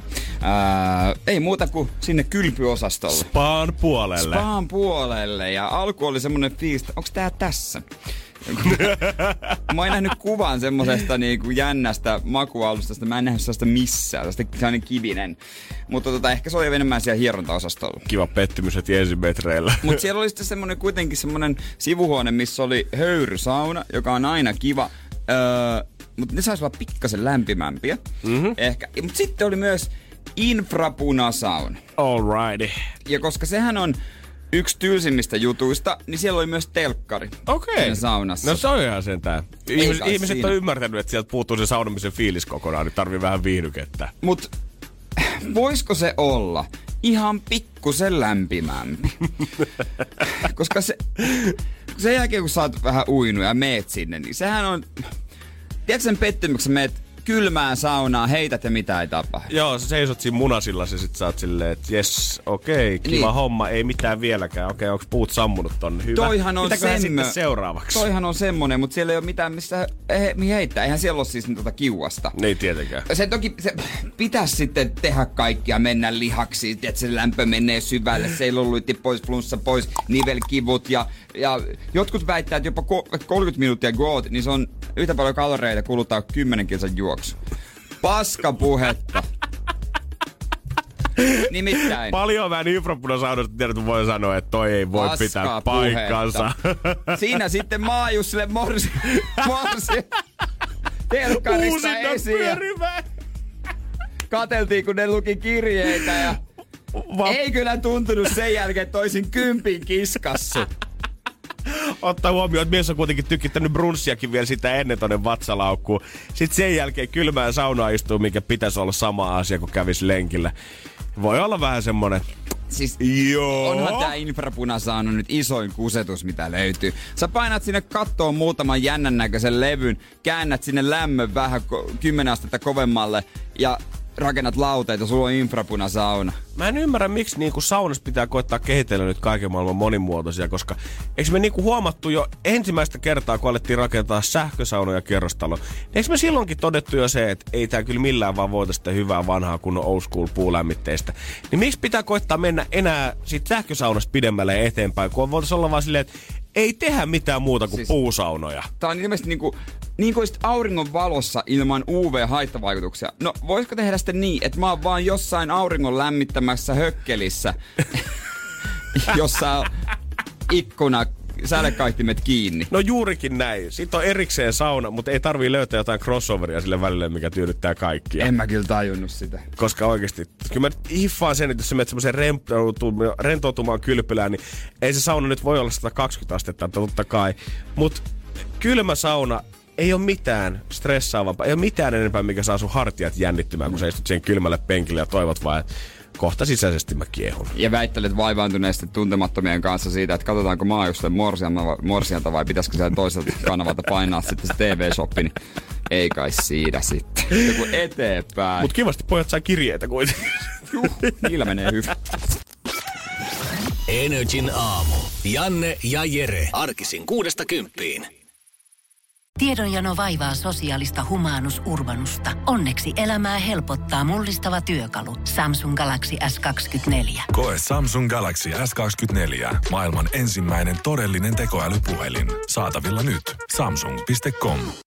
ei muuta kuin sinne kylpyosastolle. Spaan puolelle. Ja alku oli semmonen fiilis, onks tää tässä? Mä oon nähnyt kuvan semmosesta niinku jännästä makualustasta. Mä en nähnyt sellaista missään. Sellainen kivinen. Mutta ehkä se oli enemmän siellä hierontaosastolla. Kiva pettymys heti ensimetreillä. Mutta siellä oli sitten kuitenkin semmonen sivuhuone, missä oli höyrysauna, joka on aina kiva. Mutta ne sais olla pikkasen lämpimämpiä. Ehkä. Mutta sitten oli myös infrapunasauna. Alrighty. Ja koska sehän on yksi tylsimmistä jutuista, niin siellä oli myös telkkari. Okei. Saunassa. No se on ihan sentään. Ihmiset on ymmärtänyt, että sieltä puuttuu se saunomisen fiilis kokonaan, niin tarvii vähän viihdykettä. Mut voisiko se olla ihan pikkusen lämpimämpi? Koska sen jälkeen, kun sä oot vähän uinut ja meet sinne, niin sehän on... Tiedätkö sen pettymyksen, meet kylmään saunaan, heität ja mitä ei tapahdu? Joo, sä seisot siinä munasillasi ja sit sä oot silleen, että jes, okei, kiva niin. Homma, ei mitään vieläkään. Okei, onks puut sammunut tonne? Hyvä. Toihan on sitten seuraavaksi? Toihan on semmonen, mutta siellä ei ole mitään, mihin heittää. Eihän siellä ole siis kiuasta. Ei tietenkään. Se toki pitäisi sitten tehdä kaikkia, mennä lihaksi, että se lämpö menee syvälle, selluliitti pois, flunssa pois, nivelkivut ja jotkut väittää, että jopa 30 minuuttia goat, niin se on yhtä paljon kaloreita kuluttaa 10 kilsan juoksu. Paskapuhetta. Nimittäin. Paljon vähän infrapunasaunasta tiedät, että voi sanoa, että toi ei voi pitää paikkansa. Siinä sitten Maajussille morsi telkkarista esiin. Kateltiin, kun ne luki kirjeitä ja ei kyllä tuntunut sen jälkeen, että olisin 10 kiskassu. Ottaa huomioon, että mies on kuitenkin tykittänyt brunssiakin vielä sitä ennen tonne vatsalaukkuun. Sitten sen jälkeen kylmään saunaan istuu, mikä pitäisi olla sama asia, kun kävisi lenkillä. Voi olla vähän semmonen... Siis onhan tää infrapunasauna nyt isoin kusetus, mitä löytyy. Sä painat sinne kattoon muutaman jännän näköisen levyn, käännät sinne lämmön vähän 10 astetta kovemmalle ja rakennat lauteita, sulla on infrapunasauna. Mä en ymmärrä, miksi niinku saunassa pitää koittaa kehitellä nyt kaiken maailman monimuotoisia, koska eikö me niinku huomattu jo ensimmäistä kertaa, kun alettiin rakentaa sähkösaunoja kerrostalo, eikö me silloinkin todettu jo se, että ei tää kyllä millään vaan voita sitä hyvää vanhaa kunnon old school puulämmitteistä. Niin miksi pitää koittaa mennä enää siitä sähkösaunasta pidemmälle eteenpäin, kun voitaisiin olla vaan silleen, että ei tehdä mitään muuta kuin siis puusaunoja. Tää on ilmeisesti niin kuin auringon valossa ilman UV-haittavaikutuksia. No, voisiko tehdä sitten niin, että mä oon vaan jossain auringon lämmittämässä hökkelissä, jossa on ikkuna, sälekaihtimet kiinni. No juurikin näin. Sitten on erikseen sauna, mutta ei tarvii löytää jotain crossoveria sille välille, mikä tyydyttää kaikkia. En mä kyllä tajunnut sitä. Koska oikeesti, kyllä mä hiffaan sen, että jos sä menet semmoiseen rentoutumaan kylpylään, niin ei se sauna nyt voi olla 120 astetta, totta kai. Mut kylmä sauna ei ole mitään stressaavampaa, ei ole mitään enempää, mikä saa sun hartiat jännittymään, kun sä istut siihen kylmälle penkille ja toivot vaan, että kohta sisäisesti mä kiehun. Ja väittelet vaivaantuneesti tuntemattomien kanssa siitä, että katsotaanko Maajusten morsianta vai pitäisikö siellä toiselta kanavalta painaa sitten se TV-shoppi, niin ei kai siitä sitten. Joku eteenpäin. Mut kivasti pojat sai kirjeitä kuitenkin. Niillä menee hyvin. Energin aamu. Janne ja Jere. Arkisin 6–10. Tiedonjano vaivaa sosiaalista humanus urbanusta. Onneksi elämää helpottaa mullistava työkalu. Samsung Galaxy S24. Koe Samsung Galaxy S24. Maailman ensimmäinen todellinen tekoälypuhelin. Saatavilla nyt. Samsung.com.